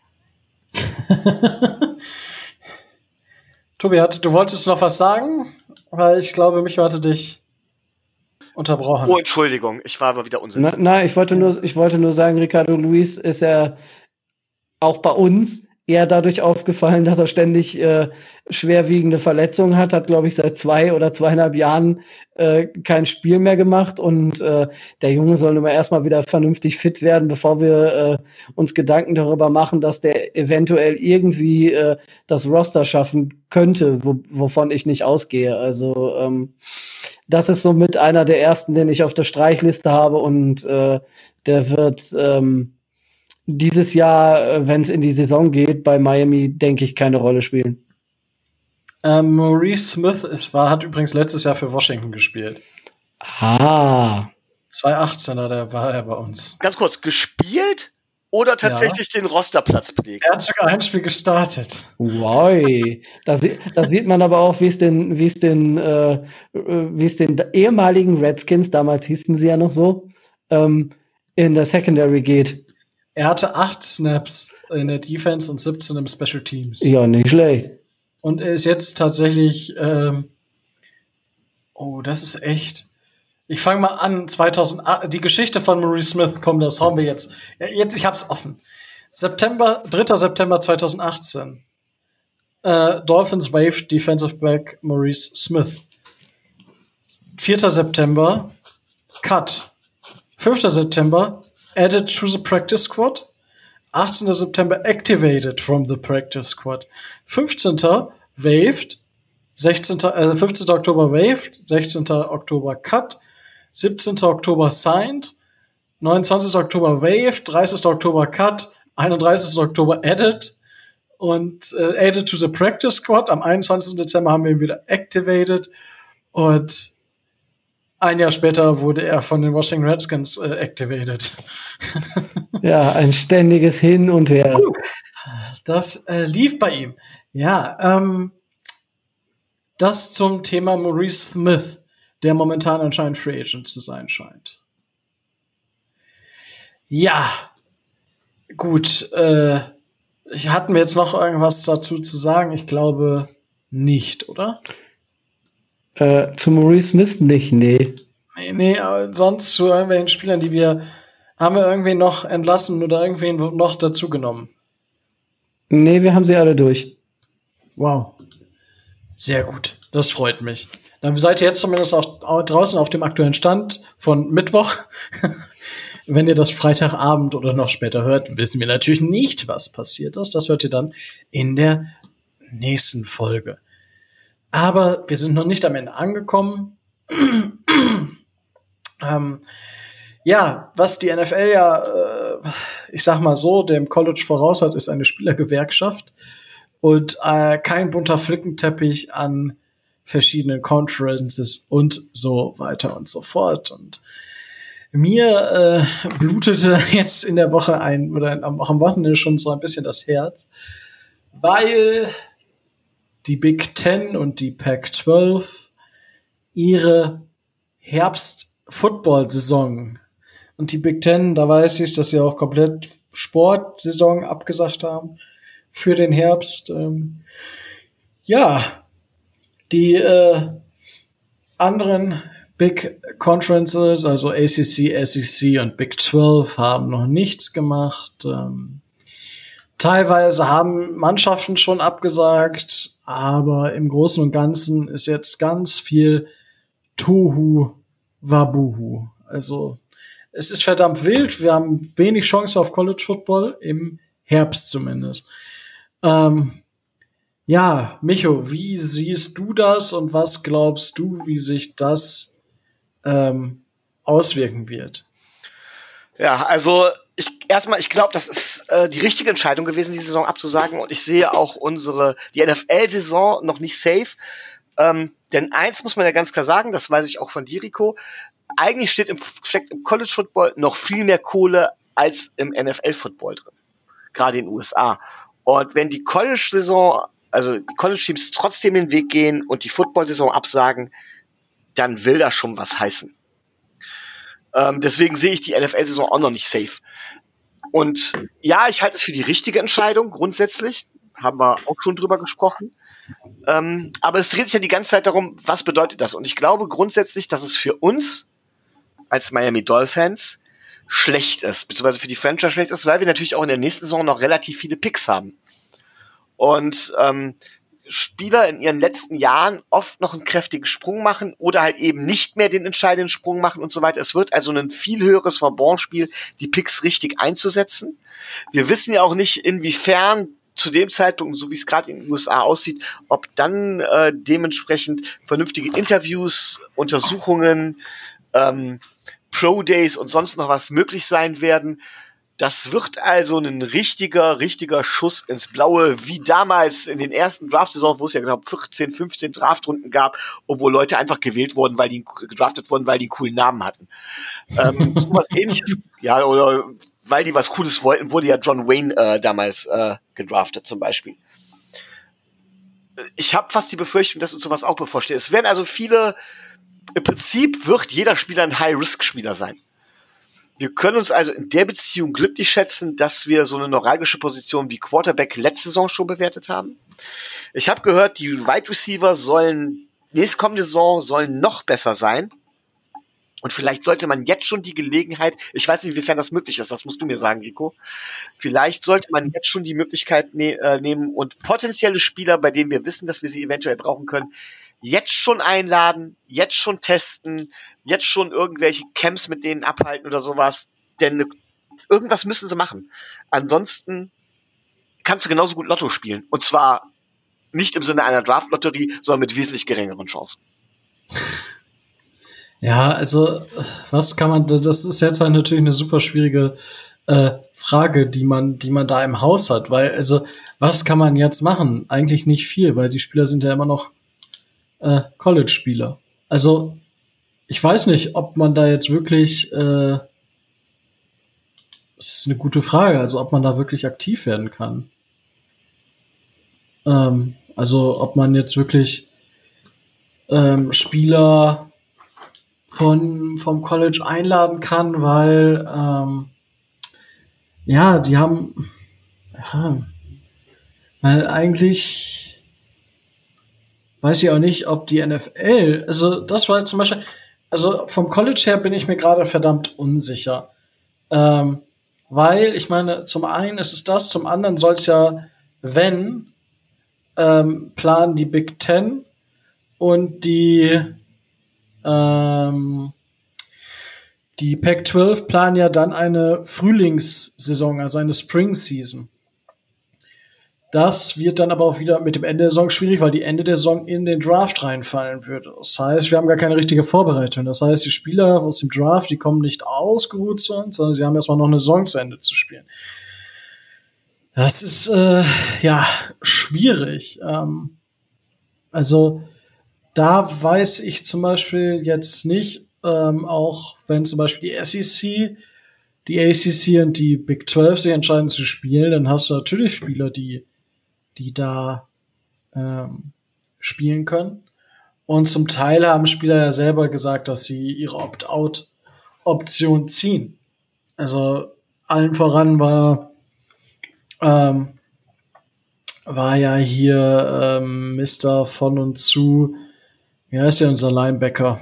Tobi, du wolltest noch was sagen? Weil ich glaube, mich hatte dich unterbrochen. Oh, Entschuldigung, ich war aber wieder unsinnig. Nein, ich wollte nur sagen, Ricardo Luis ist ja auch bei uns eher dadurch aufgefallen, dass er ständig schwerwiegende Verletzungen hat, glaube ich, seit 2 oder 2,5 Jahren kein Spiel mehr gemacht und der Junge soll nun mal erstmal wieder vernünftig fit werden, bevor wir uns Gedanken darüber machen, dass der eventuell irgendwie das Roster schaffen könnte, wovon ich nicht ausgehe. Also das ist somit einer der ersten, den ich auf der Streichliste habe und der wird dieses Jahr, wenn es in die Saison geht, bei Miami, denke ich, keine Rolle spielen. Maurice Smith hat übrigens letztes Jahr für Washington gespielt. Ah. 2018er, da war er bei uns. Ganz kurz, gespielt oder tatsächlich den Rosterplatz belegt? Er hat sogar ein Spiel gestartet. Wow. Da sieht man aber auch, wie es den ehemaligen Redskins, damals hießen sie ja noch so, in der Secondary geht. Er hatte 8 Snaps in der Defense und 17 im Special Teams. Ja, nicht schlecht. Und er ist jetzt tatsächlich, das ist echt. Ich fange mal an, 2008, die Geschichte von Maurice Smith, komm, das hauen wir jetzt. Ich hab's offen. 3. September 2018. Dolphins waived Defensive Back Maurice Smith. 4. September, Cut. 5. September, added to the practice squad. 18. September, activated from the practice squad. 15. waived. 15. Oktober waived. 16. Oktober cut. 17. Oktober signed. 29. Oktober waived. 30. Oktober cut. 31. Oktober added. Und added to the practice squad. Am 21. Dezember haben wir ihn wieder activated. Und ein Jahr später wurde er von den Washington Redskins activated. Ja, ein ständiges Hin und Her. Das lief bei ihm. Ja, das zum Thema Maurice Smith, der momentan anscheinend Free Agent zu sein scheint. Ja, gut. Hatten wir jetzt noch irgendwas dazu zu sagen? Ich glaube nicht, oder? Zu Maurice Smith nicht, nee. Nee, aber sonst zu irgendwelchen Spielern, haben wir irgendwie noch entlassen oder irgendwen noch dazu genommen? Nee, wir haben sie alle durch. Wow. Sehr gut. Das freut mich. Dann seid ihr jetzt zumindest auch draußen auf dem aktuellen Stand von Mittwoch. Wenn ihr das Freitagabend oder noch später hört, wissen wir natürlich nicht, was passiert ist. Das hört ihr dann in der nächsten Folge. Aber wir sind noch nicht am Ende angekommen. Was die NFL ich sag mal so, dem College voraus hat, ist eine Spielergewerkschaft und kein bunter Flickenteppich an verschiedenen Conferences und so weiter und so fort. Und mir blutete jetzt in der Woche am Wochenende schon so ein bisschen das Herz, weil die Big Ten und die Pac-12 ihre Herbst-Football-Saison und die Big Ten, da weiß ich, dass sie auch komplett Sportsaison abgesagt haben für den Herbst. Die anderen Big Conferences, also ACC, SEC und Big 12 haben noch nichts gemacht. Teilweise haben Mannschaften schon abgesagt, aber im Großen und Ganzen ist jetzt ganz viel Tohu Wabuhu. Also es ist verdammt wild. Wir haben wenig Chance auf College Football, im Herbst zumindest. Micho, wie siehst du das und was glaubst du, wie sich das auswirken wird? Ja, also ich glaube, das ist die richtige Entscheidung gewesen, die Saison abzusagen. Und ich sehe auch die NFL-Saison noch nicht safe. Denn eins muss man ja ganz klar sagen, das weiß ich auch von dir, Rico, eigentlich steckt im College Football noch viel mehr Kohle als im NFL-Football drin. Gerade in den USA. Und wenn die College-Saison, also die College-Teams trotzdem den Weg gehen und die Football-Saison absagen, dann will das schon was heißen. Deswegen sehe ich die NFL-Saison auch noch nicht safe. Und ja, ich halte es für die richtige Entscheidung, grundsätzlich. Haben wir auch schon drüber gesprochen. Aber es dreht sich ja die ganze Zeit darum, was bedeutet das? Und ich glaube grundsätzlich, dass es für uns als Miami Dolphins schlecht ist, beziehungsweise für die Franchise schlecht ist, weil wir natürlich auch in der nächsten Saison noch relativ viele Picks haben. Und Spieler in ihren letzten Jahren oft noch einen kräftigen Sprung machen oder halt eben nicht mehr den entscheidenden Sprung machen und so weiter. Es wird also ein viel höheres Verborgenspiel, die Picks richtig einzusetzen. Wir wissen ja auch nicht, inwiefern zu dem Zeitpunkt, so wie es gerade in den USA aussieht, ob dann dementsprechend vernünftige Interviews, Untersuchungen, Pro-Days und sonst noch was möglich sein werden. Das wird also ein richtiger Schuss ins Blaue, wie damals in den ersten Draft-Saisons, wo es ja genau 14, 15 Draftrunden gab, und wo Leute einfach gewählt wurden, weil die gedraftet wurden, weil die einen coolen Namen hatten. Sowas Ähnliches, ja, oder weil die was Cooles wollten, wurde ja John Wayne damals gedraftet zum Beispiel. Ich habe fast die Befürchtung, dass uns sowas auch bevorsteht. Es werden also viele, im Prinzip wird jeder Spieler ein High-Risk-Spieler sein. Wir können uns also in der Beziehung glücklich schätzen, dass wir so eine neuralgische Position wie Quarterback letzte Saison schon bewertet haben. Ich habe gehört, die Wide Receiver nächstkommende Saison sollen noch besser sein. Und vielleicht sollte man jetzt schon die Gelegenheit, ich weiß nicht, inwiefern das möglich ist, das musst du mir sagen, Rico. Vielleicht sollte man jetzt schon die Möglichkeit nehmen und potenzielle Spieler, bei denen wir wissen, dass wir sie eventuell brauchen können, jetzt schon einladen, jetzt schon testen, jetzt schon irgendwelche Camps mit denen abhalten oder sowas. Denn irgendwas müssen sie machen. Ansonsten kannst du genauso gut Lotto spielen. Und zwar nicht im Sinne einer Draft-Lotterie, sondern mit wesentlich geringeren Chancen. Ja, also was kann man, das ist jetzt halt natürlich eine super schwierige Frage, die man da im Haus hat, weil, also, was kann man jetzt machen? Eigentlich nicht viel, weil die Spieler sind ja immer noch College-Spieler. Also, ich weiß nicht, ob man da jetzt wirklich, das ist eine gute Frage, also ob man da wirklich aktiv werden kann. Also, ob man jetzt wirklich Spieler vom College einladen kann, weil ja, die haben weil eigentlich weiß ich auch nicht, ob die NFL, also das war jetzt zum Beispiel, also vom College her bin ich mir gerade verdammt unsicher, weil ich meine, zum einen ist es das, zum anderen soll es ja, wenn planen die Big Ten und die Pac-12 planen ja dann eine Frühlingssaison, also eine Spring Season. Das wird dann aber auch wieder mit dem Ende der Saison schwierig, weil die Ende der Saison in den Draft reinfallen würde. Das heißt, wir haben gar keine richtige Vorbereitung. Das heißt, die Spieler aus dem Draft, die kommen nicht ausgeruht zu uns, sondern sie haben erstmal noch eine Saison zu Ende zu spielen. Das ist ja schwierig. Also da weiß ich zum Beispiel jetzt nicht, auch wenn zum Beispiel die SEC, die ACC und die Big 12 sich entscheiden zu spielen, dann hast du natürlich Spieler, die da spielen können. Und zum Teil haben Spieler ja selber gesagt, dass sie ihre Opt-out-Option ziehen. Also allen voran war ja hier Mr. von und zu, wie heißt der, unser Linebacker?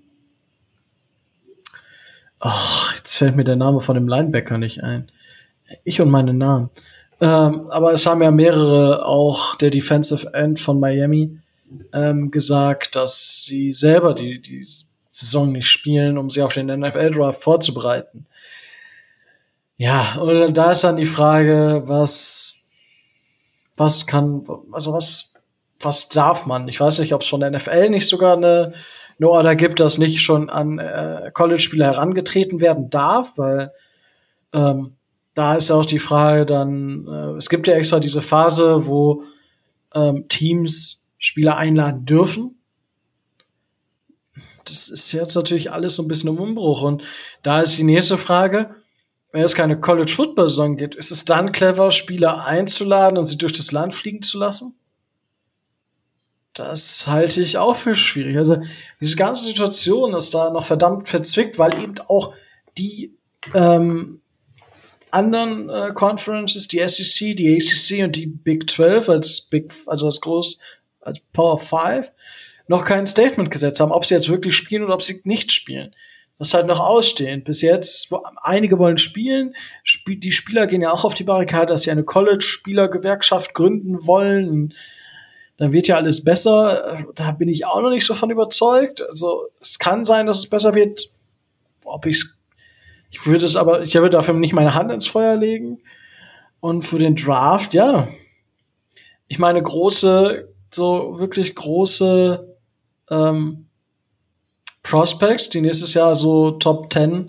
Ach, jetzt fällt mir der Name von dem Linebacker nicht ein. Ich und meine Namen. Aber es haben ja mehrere, auch der Defensive End von Miami, gesagt, dass sie selber die Saison nicht spielen, um sie auf den NFL-Draft vorzubereiten. Ja, und da ist dann die Frage, was darf man? Ich weiß nicht, ob es von der NFL nicht sogar eine Order gibt, dass nicht schon an College-Spieler herangetreten werden darf, weil da ist ja auch die Frage dann, es gibt ja extra diese Phase, wo Teams Spieler einladen dürfen. Das ist jetzt natürlich alles so ein bisschen im Umbruch. Und da ist die nächste Frage, wenn es keine College-Football-Saison gibt, ist es dann clever, Spieler einzuladen und sie durch das Land fliegen zu lassen? Das halte ich auch für schwierig. Also diese ganze Situation ist da noch verdammt verzwickt, weil eben auch die anderen Conferences, die SEC, die ACC und die Big 12 als Power 5 noch kein Statement gesetzt haben, ob sie jetzt wirklich spielen oder ob sie nicht spielen. Das ist halt noch ausstehend. Bis jetzt, einige wollen spielen, die Spieler gehen ja auch auf die Barrikade, dass sie eine College-Spieler-Gewerkschaft gründen wollen. Dann wird ja alles besser. Da bin ich auch noch nicht so von überzeugt. Also es kann sein, dass es besser wird. Ich würde dafür nicht meine Hand ins Feuer legen. Und für den Draft, ja. Ich meine, wirklich große Prospects, die nächstes Jahr so Top 10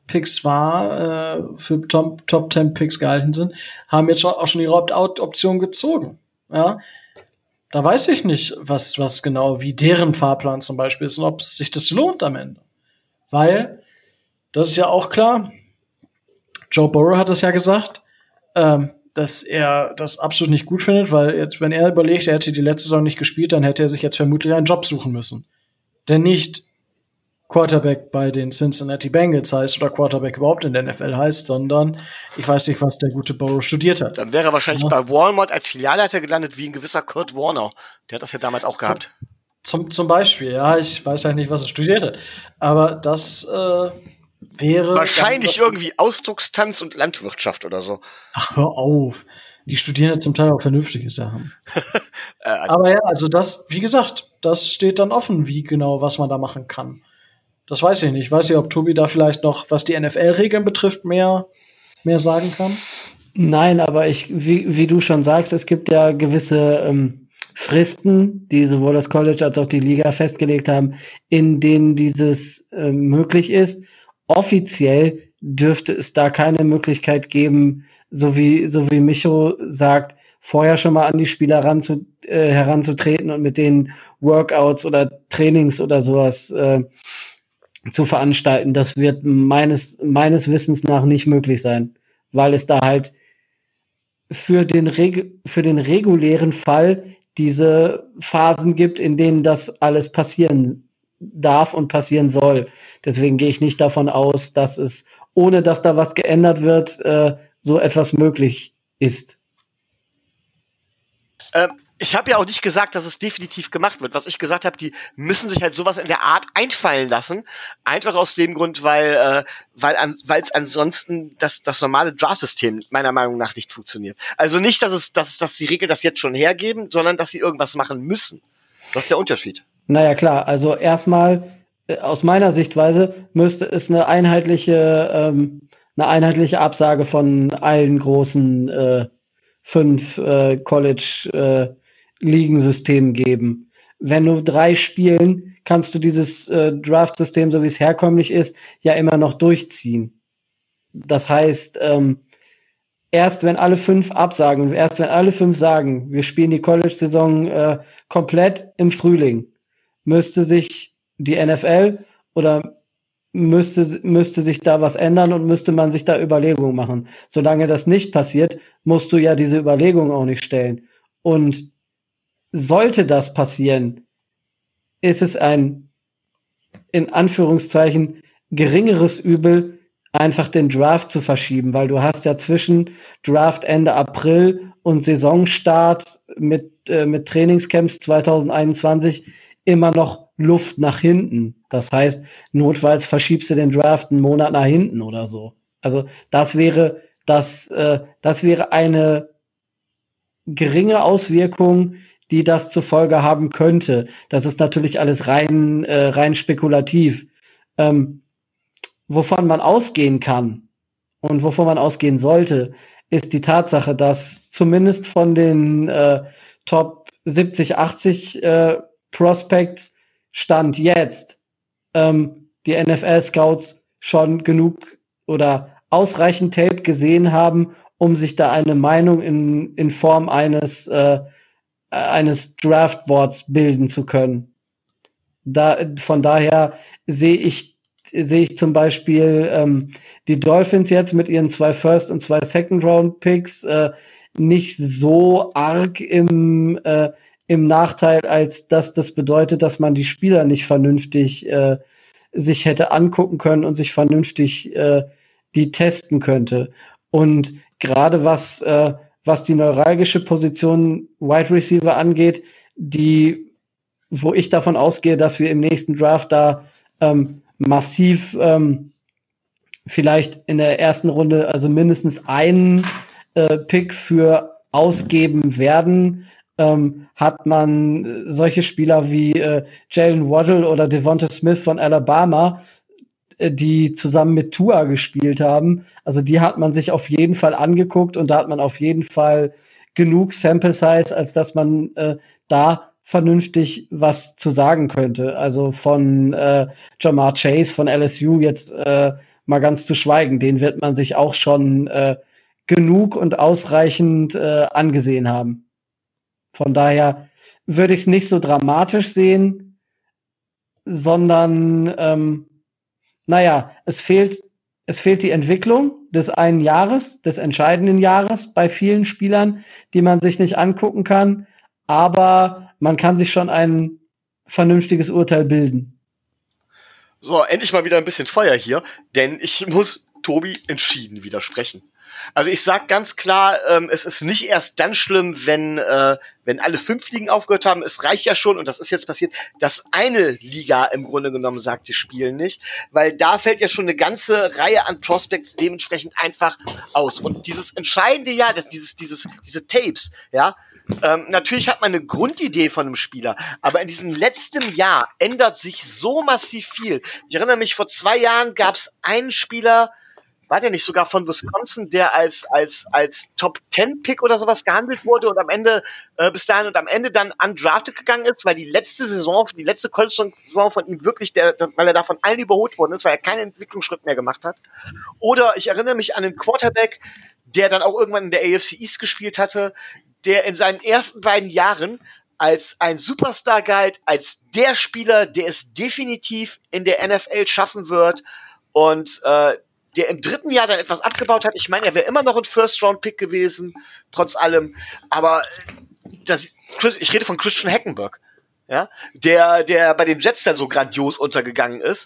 Picks für Top 10 Picks gehalten sind, haben jetzt auch schon ihre Opt-out-Option gezogen. Ja, da weiß ich nicht, was genau, wie deren Fahrplan zum Beispiel ist und ob es sich das lohnt am Ende. Weil, das ist ja auch klar, Joe Burrow hat es ja gesagt, dass er das absolut nicht gut findet, weil jetzt, wenn er überlegt, er hätte die letzte Saison nicht gespielt, dann hätte er sich jetzt vermutlich einen Job suchen müssen, der nicht Quarterback bei den Cincinnati Bengals heißt oder Quarterback überhaupt in der NFL heißt, sondern ich weiß nicht, was der gute Burrow studiert hat. Dann wäre er wahrscheinlich bei Walmart als Filialleiter gelandet, wie ein gewisser Kurt Warner. Der hat das ja damals auch gehabt. Zum Beispiel, ja, ich weiß halt nicht, was er studiert hat. Aber das wäre wahrscheinlich irgendwie Ausdruckstanz und Landwirtschaft oder so. Ach, hör auf. Die studieren ja zum Teil auch vernünftige Sachen. Aber ja, also das, wie gesagt, das steht dann offen, wie genau, was man da machen kann. Das weiß ich nicht. Ich weiß nicht, ob Tobi da vielleicht noch, was die NFL-Regeln betrifft, mehr sagen kann. Nein, aber wie du schon sagst, es gibt ja gewisse Fristen, die sowohl das College als auch die Liga festgelegt haben, in denen dieses möglich ist. Offiziell dürfte es da keine Möglichkeit geben, so wie Micho sagt, vorher schon mal an die Spieler heranzutreten und mit denen Workouts oder Trainings oder sowas zu veranstalten. Das wird meines Wissens nach nicht möglich sein, weil es da halt für den regulären Fall diese Phasen gibt, in denen das alles passieren darf und passieren soll. Deswegen gehe ich nicht davon aus, dass es, ohne dass da was geändert wird, so etwas möglich ist. Ich habe ja auch nicht gesagt, dass es definitiv gemacht wird. Was ich gesagt habe, die müssen sich halt sowas in der Art einfallen lassen. Einfach aus dem Grund, weil es ansonsten das normale Draft-System meiner Meinung nach nicht funktioniert. Also nicht, dass die Regeln das jetzt schon hergeben, sondern dass sie irgendwas machen müssen. Das ist der Unterschied. Naja, klar. Also erstmal, aus meiner Sichtweise, müsste es eine einheitliche Absage von allen großen 5 College-Ligensystemen geben. Wenn du 3 spielen, kannst du dieses Draft-System, so wie es herkömmlich ist, ja immer noch durchziehen. Das heißt, erst wenn alle 5 absagen, erst wenn alle 5 sagen, wir spielen die College-Saison komplett im Frühling, müsste sich die NFL oder müsste sich da was ändern und müsste man sich da Überlegungen machen. Solange das nicht passiert, musst du ja diese Überlegungen auch nicht stellen. Und sollte das passieren, ist es ein, in Anführungszeichen, geringeres Übel, einfach den Draft zu verschieben, weil du hast ja zwischen Draft Ende April und Saisonstart mit Trainingscamps 2021 immer noch Luft nach hinten. Das heißt, notfalls verschiebst du den Draft einen Monat nach hinten oder so. Also das wäre eine geringe Auswirkung, die das zur Folge haben könnte. Das ist natürlich alles rein spekulativ. Wovon man ausgehen kann und wovon man ausgehen sollte, ist die Tatsache, dass zumindest von den Top 70, 80 Prospects Stand jetzt die NFL-Scouts schon genug oder ausreichend Tape gesehen haben, um sich da eine Meinung in Form eines Draftboards bilden zu können. Von daher sehe ich zum Beispiel die Dolphins jetzt mit ihren 2 First- und 2 Second-Round-Picks nicht so arg im Nachteil, als dass das bedeutet, dass man die Spieler nicht vernünftig sich hätte angucken können und sich vernünftig die testen könnte. Und gerade was die neuralgische Position Wide Receiver angeht, wo ich davon ausgehe, dass wir im nächsten Draft da massiv vielleicht in der ersten Runde also mindestens einen Pick für ausgeben werden, hat man solche Spieler wie Jalen Waddle oder Devonta Smith von Alabama, die zusammen mit Tua gespielt haben. Also die hat man sich auf jeden Fall angeguckt und da hat man auf jeden Fall genug Sample Size, als dass man da vernünftig was zu sagen könnte. Also von Jamar Chase von LSU jetzt mal ganz zu schweigen. Den wird man sich auch schon genug und ausreichend angesehen haben. Von daher würde ich es nicht so dramatisch sehen, sondern es fehlt die Entwicklung des einen Jahres, des entscheidenden Jahres bei vielen Spielern, die man sich nicht angucken kann, aber man kann sich schon ein vernünftiges Urteil bilden. So, endlich mal wieder ein bisschen Feuer hier, denn ich muss Tobi entschieden widersprechen. Also ich sag ganz klar, es ist nicht erst dann schlimm, wenn alle 5 Ligen aufgehört haben. Es reicht ja schon, und das ist jetzt passiert, dass eine Liga im Grunde genommen sagt, die spielen nicht, weil da fällt ja schon eine ganze Reihe an Prospects dementsprechend einfach aus. Und dieses entscheidende Jahr, diese Tapes, ja, natürlich hat man eine Grundidee von einem Spieler, aber in diesem letzten Jahr ändert sich so massiv viel. Ich erinnere mich, vor 2 Jahren gab es einen Spieler, war der nicht sogar von Wisconsin, der als Top-10-Pick oder sowas gehandelt wurde und am Ende am Ende dann undrafted gegangen ist, weil die letzte College-Saison von ihm wirklich, weil er da von allen überholt worden ist, weil er keinen Entwicklungsschritt mehr gemacht hat. Oder ich erinnere mich an einen Quarterback, der dann auch irgendwann in der AFC East gespielt hatte, der in seinen ersten beiden Jahren als ein Superstar galt, als der Spieler, der es definitiv in der NFL schaffen wird und der im 3. Jahr dann etwas abgebaut hat. Ich meine, er wäre immer noch ein First-Round-Pick gewesen, trotz allem. Aber ich rede von Christian Hackenberg, ja, der bei den Jets dann so grandios untergegangen ist.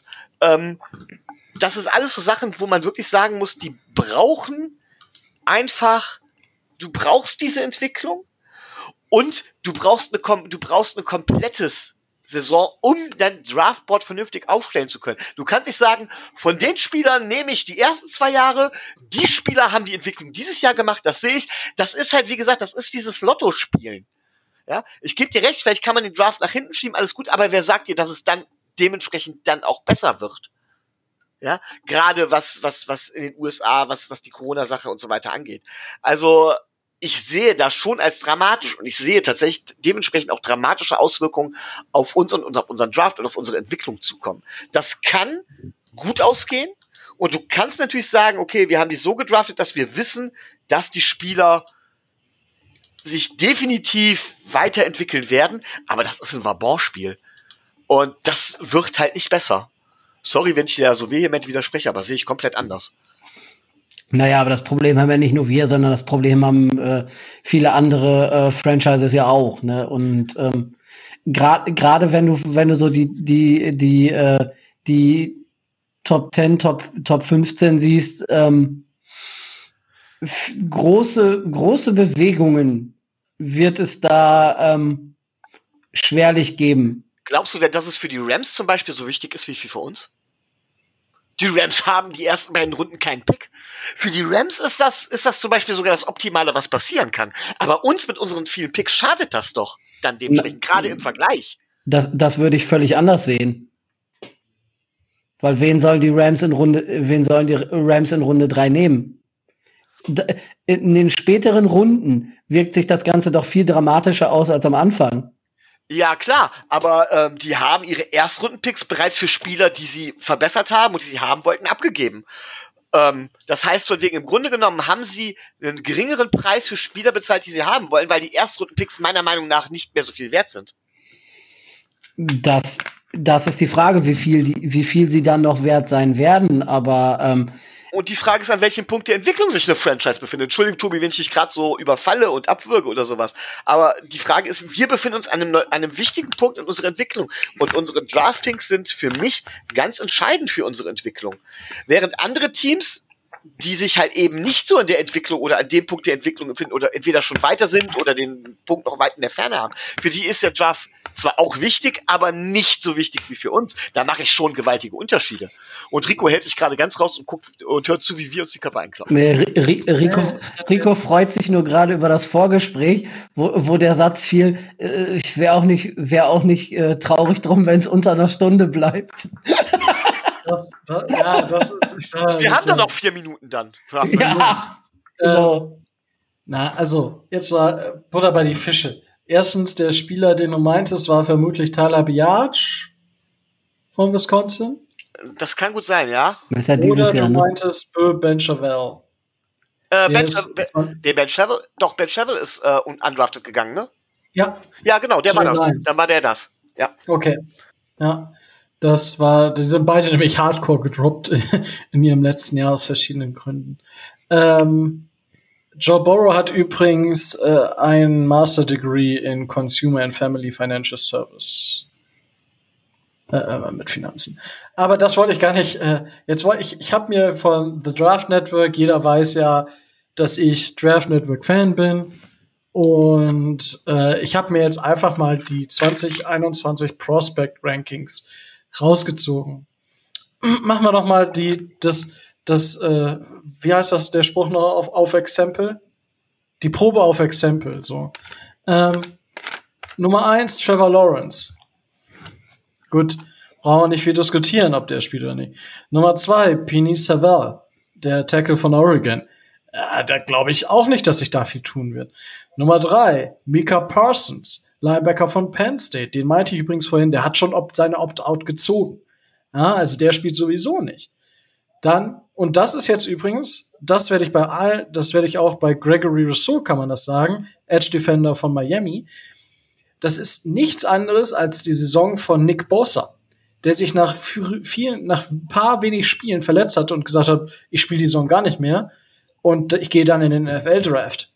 Das ist alles so Sachen, wo man wirklich sagen muss, die brauchen einfach, du brauchst diese Entwicklung und du brauchst ein komplettes Saison, um dein Draftboard vernünftig aufstellen zu können. Du kannst nicht sagen, von den Spielern nehme ich die ersten 2 Jahre, die Spieler haben die Entwicklung dieses Jahr gemacht, das sehe ich. Das ist halt, wie gesagt, das ist dieses Lotto-Spielen. Ja, ich gebe dir recht, vielleicht kann man den Draft nach hinten schieben, alles gut, aber wer sagt dir, dass es dann dementsprechend dann auch besser wird? Ja, gerade was in den USA, was die Corona-Sache und so weiter angeht. Also, ich sehe das schon als dramatisch und ich sehe tatsächlich dementsprechend auch dramatische Auswirkungen auf uns und auf unseren Draft und auf unsere Entwicklung zukommen. Das kann gut ausgehen und du kannst natürlich sagen, okay, wir haben die so gedraftet, dass wir wissen, dass die Spieler sich definitiv weiterentwickeln werden, aber das ist ein Wabonspiel und das wird halt nicht besser. Sorry, wenn ich dir so vehement widerspreche, aber sehe ich komplett anders. Naja, aber das Problem haben ja nicht nur wir, sondern das Problem haben viele andere Franchises ja auch, ne? Und gerade wenn du so die Top 10, Top 15 siehst, große Bewegungen wird es da schwerlich geben. Glaubst du denn, dass es für die Rams zum Beispiel so wichtig ist wie für uns? Die Rams haben die ersten beiden Runden keinen Pick. Für die Rams ist das zum Beispiel sogar das Optimale, was passieren kann. Aber uns mit unseren vielen Picks schadet das doch dann dementsprechend, gerade im Vergleich. Das würde ich völlig anders sehen. Weil wen sollen die Rams in Runde 3 nehmen? In den späteren Runden wirkt sich das Ganze doch viel dramatischer aus als am Anfang. Ja, klar, aber die haben ihre Erstrundenpicks bereits für Spieler, die sie verbessert haben und die sie haben wollten, abgegeben. Das heißt, von wegen, im Grunde genommen haben sie einen geringeren Preis für Spieler bezahlt, die sie haben wollen, weil die Erstrundenpicks meiner Meinung nach nicht mehr so viel wert sind. Das ist die Frage, wie viel sie dann noch wert sein werden, aber und die Frage ist, an welchem Punkt der Entwicklung sich eine Franchise befindet. Entschuldigung, Tobi, wenn ich dich gerade so überfalle und abwürge oder sowas. Aber die Frage ist, wir befinden uns an einem wichtigen Punkt in unserer Entwicklung. Und unsere Draftings sind für mich ganz entscheidend für unsere Entwicklung. Während andere Teams, die sich halt eben nicht so in der Entwicklung oder an dem Punkt der Entwicklung befinden oder entweder schon weiter sind oder den Punkt noch weit in der Ferne haben, für die ist der Draft zwar auch wichtig, aber nicht so wichtig wie für uns. Da mache ich schon gewaltige Unterschiede. Und Rico hält sich gerade ganz raus und guckt und hört zu, wie wir uns die Köpfe einkloppen. Nee, Rico freut sich nur gerade über das Vorgespräch, wo der Satz fiel, ich wäre auch nicht traurig drum, wenn es unter einer Stunde bleibt. Wir haben doch noch 4 Minuten dann. Ja, genau. Also, jetzt war Butter bei die Fische. Erstens, der Spieler, den du meintest, war vermutlich Tyler Biage von Wisconsin. Das kann gut sein, ja. Das ist ja dieses Oder Jahr, du ne? meintest Ben Chevelle. Ben Chevelle ist undrafted gegangen, ne? Ja. Ja, genau, der war das. Giants. Dann war der das. Ja. Okay. Ja. Die sind beide nämlich hardcore gedroppt in ihrem letzten Jahr aus verschiedenen Gründen. Joe Burrow hat übrigens ein Master Degree in Consumer and Family Financial Service. Mit Finanzen. Aber das wollte ich gar nicht. Ich habe mir von The Draft Network, jeder weiß ja, dass ich Draft Network Fan bin. Und ich habe mir jetzt einfach mal die 2021 Prospect Rankings rausgezogen. Machen wir doch mal wie heißt das, der Spruch noch auf Exempel? Die Probe auf Exempel, so. Nummer 1, Trevor Lawrence. Gut, brauchen wir nicht viel diskutieren, ob der spielt oder nicht. Nummer 2, Penny Sewell, der Tackle von Oregon. Da glaube ich auch nicht, dass sich da viel tun wird. Nummer 3, Micah Parsons, Linebacker von Penn State. Den meinte ich übrigens vorhin, der hat schon seine Opt-out gezogen. Ja, also der spielt sowieso nicht. Dann, und das ist jetzt übrigens, das werde ich auch bei Gregory Rousseau, kann man das sagen, Edge Defender von Miami. Das ist nichts anderes als die Saison von Nick Bosa, der sich nach ein paar wenig Spielen verletzt hat und gesagt hat, ich spiele die Saison gar nicht mehr und ich gehe dann in den NFL-Draft.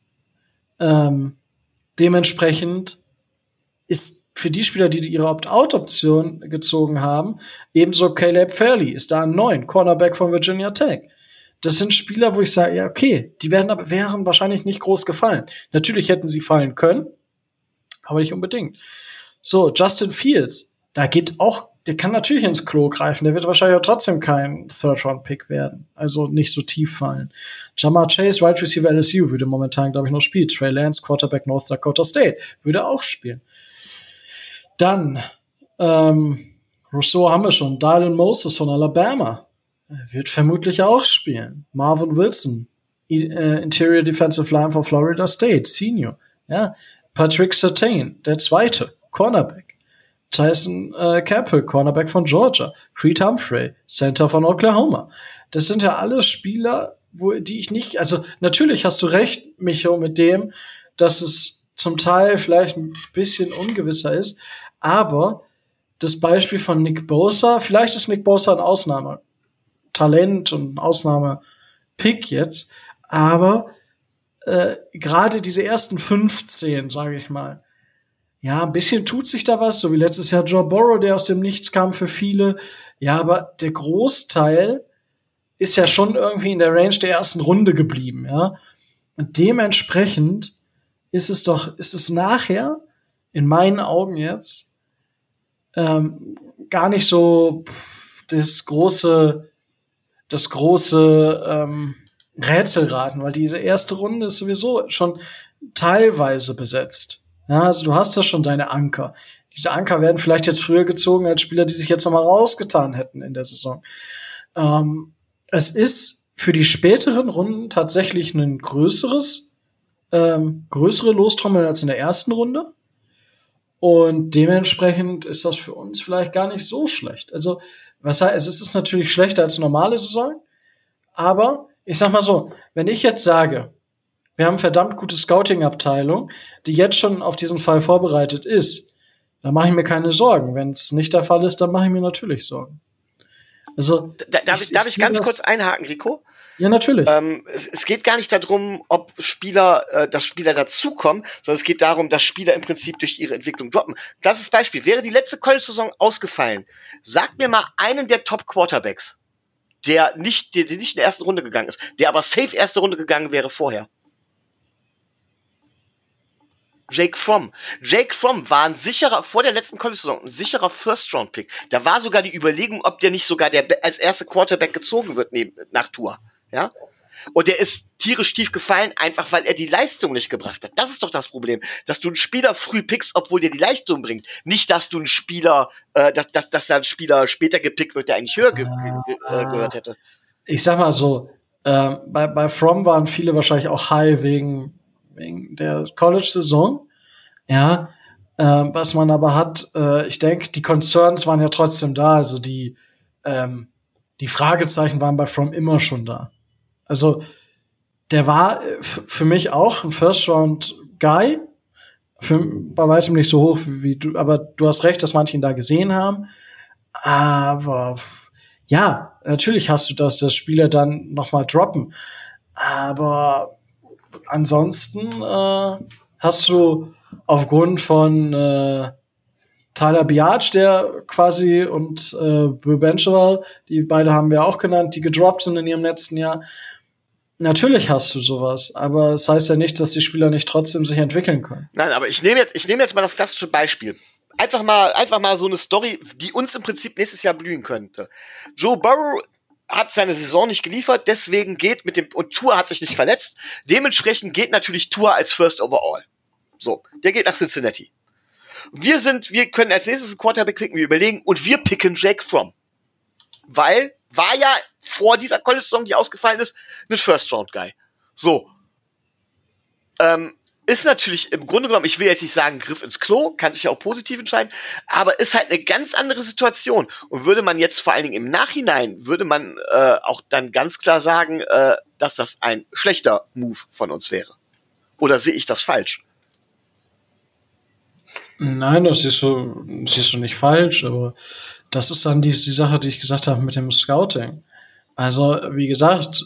Dementsprechend ist für die Spieler, die ihre Opt-out-Option gezogen haben, ebenso Caleb Fairley ist da ein 9, Cornerback von Virginia Tech. Das sind Spieler, wo ich sage, ja, okay, die wären wahrscheinlich nicht groß gefallen. Natürlich hätten sie fallen können, aber nicht unbedingt. So, Justin Fields, der kann natürlich ins Klo greifen, der wird wahrscheinlich auch trotzdem kein Third-Round-Pick werden, also nicht so tief fallen. Jamar Chase, Wide Receiver LSU, würde momentan, glaube ich, noch spielen. Trey Lance, Quarterback North Dakota State, würde auch spielen. Dann, Rousseau haben wir schon, Dylan Moses von Alabama, wird vermutlich auch spielen. Marvin Wilson, Interior Defensive Line von Florida State, Senior, ja. Patrick Surtain, der zweite, Cornerback. Tyson Campbell, Cornerback von Georgia. Creed Humphrey, Center von Oklahoma. Das sind ja alle Spieler, die ich nicht, also natürlich hast du recht, Micho, mit dem, dass es zum Teil vielleicht ein bisschen ungewisser ist, aber das Beispiel von Nick Bosa, vielleicht ist Nick Bosa ein Ausnahmetalent und ein Ausnahmepick jetzt, aber gerade diese ersten 15, sage ich mal, ja, ein bisschen tut sich da was, so wie letztes Jahr Joe Burrow, der aus dem Nichts kam für viele. Ja, aber der Großteil ist ja schon irgendwie in der Range der ersten Runde geblieben, ja. Und dementsprechend ist es nachher, in meinen Augen jetzt, gar nicht so das große Rätselraten, weil diese erste Runde ist sowieso schon teilweise besetzt. Ja, also du hast da schon deine Anker. Diese Anker werden vielleicht jetzt früher gezogen als Spieler, die sich jetzt noch mal rausgetan hätten in der Saison. Es ist für die späteren Runden tatsächlich ein größere Lostrommel als in der ersten Runde. Und dementsprechend ist das für uns vielleicht gar nicht so schlecht. Also, was heißt, es ist natürlich schlechter als normale Saison, aber ich sag mal so, wenn ich jetzt sage, wir haben verdammt gute Scouting-Abteilung, die jetzt schon auf diesen Fall vorbereitet ist, dann mache ich mir keine Sorgen. Wenn es nicht der Fall ist, dann mache ich mir natürlich Sorgen. Also, darf ich ganz kurz einhaken, Rico? Ja, natürlich. Es geht gar nicht darum, ob dass Spieler dazukommen, sondern es geht darum, dass Spieler im Prinzip durch ihre Entwicklung droppen. Klassisches Beispiel. Wäre die letzte College-Saison ausgefallen, sagt mir mal einen der Top-Quarterbacks, der nicht in der ersten Runde gegangen ist, der aber safe erste Runde gegangen wäre vorher. Jake Fromm. Jake Fromm war vor der letzten College-Saison ein sicherer First-Round-Pick. Da war sogar die Überlegung, ob der nicht sogar als erste Quarterback gezogen wird nach Tour. Ja? Und der ist tierisch tief gefallen, einfach weil er die Leistung nicht gebracht hat. Das ist doch das Problem. Dass du einen Spieler früh pickst, obwohl der die Leistung bringt. Nicht, dass du einen Spieler, dass da ein Spieler später gepickt wird, der eigentlich höher gehört hätte. Ich sag mal so, bei Fromm waren viele wahrscheinlich auch high wegen der College-Saison. Ja, was man aber hat, ich denke, die Concerns waren ja trotzdem da. Also die die Fragezeichen waren bei Fromm immer schon da. Also der war für mich auch ein First-Round-Guy. Bei weitem nicht so hoch wie du, aber du hast recht, dass manche ihn da gesehen haben. Aber ja, natürlich hast du das, dass Spieler dann noch mal droppen. Aber ansonsten hast du aufgrund von Tyler Biage, der quasi, und Bill Benchwell, die beide haben wir auch genannt, die gedroppt sind in ihrem letzten Jahr. Natürlich hast du sowas, aber es heißt ja nicht, dass die Spieler nicht trotzdem sich entwickeln können. Nein, aber ich nehme jetzt mal das klassische Beispiel. Einfach mal so eine Story, die uns im Prinzip nächstes Jahr blühen könnte. Joe Burrow hat seine Saison nicht geliefert, deswegen und Tua hat sich nicht verletzt. Dementsprechend geht natürlich Tua als First Overall. So, der geht nach Cincinnati. Wir können als nächstes einen Quarterback picken, wir überlegen, und wir picken Jake Fromm. Weil, war ja vor dieser College-Saison, die ausgefallen ist, ein First-Round-Guy. So. Ist natürlich im Grunde genommen, ich will jetzt nicht sagen, Griff ins Klo, kann sich ja auch positiv entscheiden, aber ist halt eine ganz andere Situation. Und würde man jetzt vor allen Dingen im Nachhinein, würde man auch dann ganz klar sagen, dass das ein schlechter Move von uns wäre. Oder sehe ich das falsch? Nein, das siehst du nicht falsch, aber das ist dann die Sache, die ich gesagt habe mit dem Scouting. Also, wie gesagt,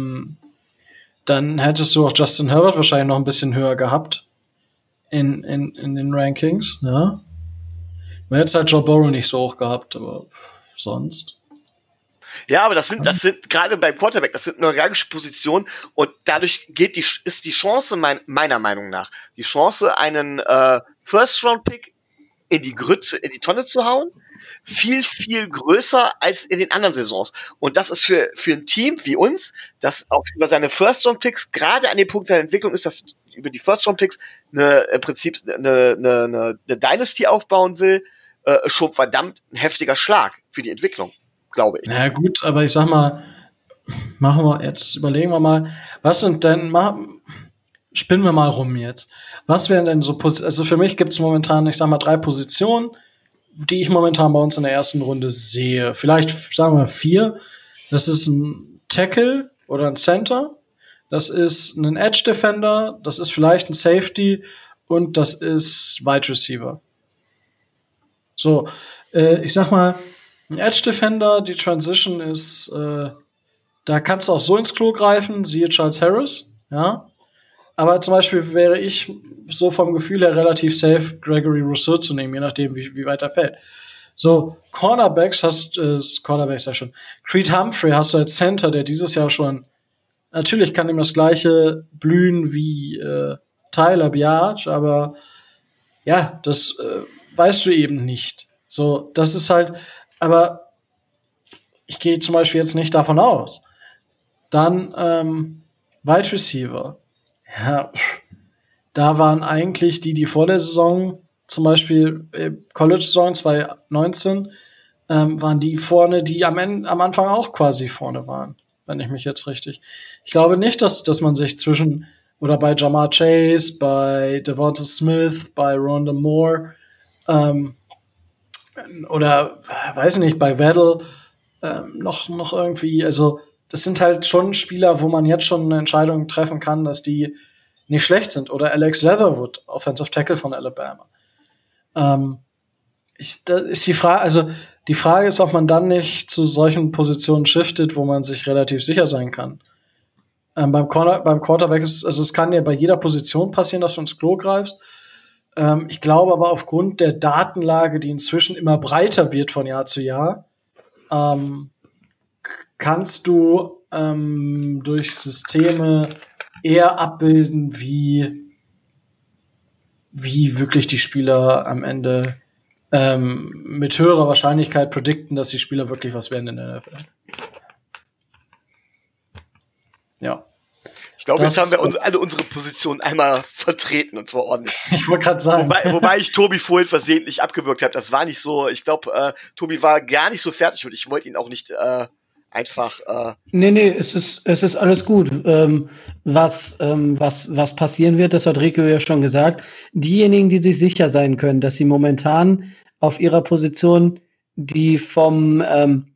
dann hättest du auch Justin Herbert wahrscheinlich noch ein bisschen höher gehabt in den Rankings, ja. Man hätte halt Joe Burrow nicht so hoch gehabt, aber sonst. Ja, aber das sind gerade beim Quarterback, das sind neuralgische Positionen, und dadurch ist die Chance meiner Meinung nach, die Chance, einen First-Round-Pick in die Tonne zu hauen, viel, viel größer als in den anderen Saisons. Und das ist für ein Team wie uns, das auch über seine First-Round-Picks, gerade an dem Punkt seiner Entwicklung ist, dass über die First-Round-Picks im Prinzip eine Dynasty aufbauen will, schon verdammt ein heftiger Schlag für die Entwicklung, glaube ich. Na gut, aber ich sag mal, überlegen wir mal, was sind denn, spinnen wir mal rum jetzt. Was wären denn so also für mich gibt's momentan, ich sag mal, 3 Positionen, die ich momentan bei uns in der ersten Runde sehe. Vielleicht sagen wir 4. Das ist ein Tackle oder ein Center. Das ist ein Edge Defender. Das ist vielleicht ein Safety. Und das ist Wide Receiver. So, ich sag mal, ein Edge Defender, die Transition ist, da kannst du auch so ins Klo greifen, siehe Charles Harris, ja. Aber zum Beispiel wäre ich so vom Gefühl her relativ safe, Gregory Rousseau zu nehmen, je nachdem, wie weit er fällt. So, Cornerbacks ja schon. Creed Humphrey hast du als Center, der dieses Jahr schon, natürlich kann ihm das gleiche blühen wie Tyler Biage, aber ja, das weißt du eben nicht. So, das ist halt, aber ich gehe zum Beispiel jetzt nicht davon aus. Dann Wide Receiver. Ja, da waren eigentlich die vor der Saison, zum Beispiel College-Saison 2019, waren die vorne, die am Anfang auch quasi vorne waren, wenn ich mich jetzt richtig. Ich glaube nicht, dass man sich oder bei Jamar Chase, bei Devonta Smith, bei Rondé Moore, oder weiß ich nicht, bei Weddle noch irgendwie, also das sind halt schon Spieler, wo man jetzt schon eine Entscheidung treffen kann, dass die nicht schlecht sind. Oder Alex Leatherwood, Offensive Tackle von Alabama. Da ist die Frage, also die Frage ist, ob man dann nicht zu solchen Positionen shiftet, wo man sich relativ sicher sein kann. Beim Quarterback es kann ja bei jeder Position passieren, dass du ins Klo greifst. Ich glaube aber aufgrund der Datenlage, die inzwischen immer breiter wird von Jahr zu Jahr, kannst du durch Systeme eher abbilden, wie wirklich die Spieler am Ende mit höherer Wahrscheinlichkeit predikten, dass die Spieler wirklich was werden in der NFL. Ja. Ich glaube, jetzt haben wir alle unsere Positionen einmal vertreten, und zwar ordentlich. Ich wollte gerade sagen. Wobei ich Tobi vorhin versehentlich abgewürgt habe. Das war nicht so. Ich glaube, Tobi war gar nicht so fertig und ich wollte ihn auch nicht einfach. Nee, es ist alles gut. Was passieren wird, das hat Rico ja schon gesagt. Diejenigen, die sich sicher sein können, dass sie momentan auf ihrer Position die vom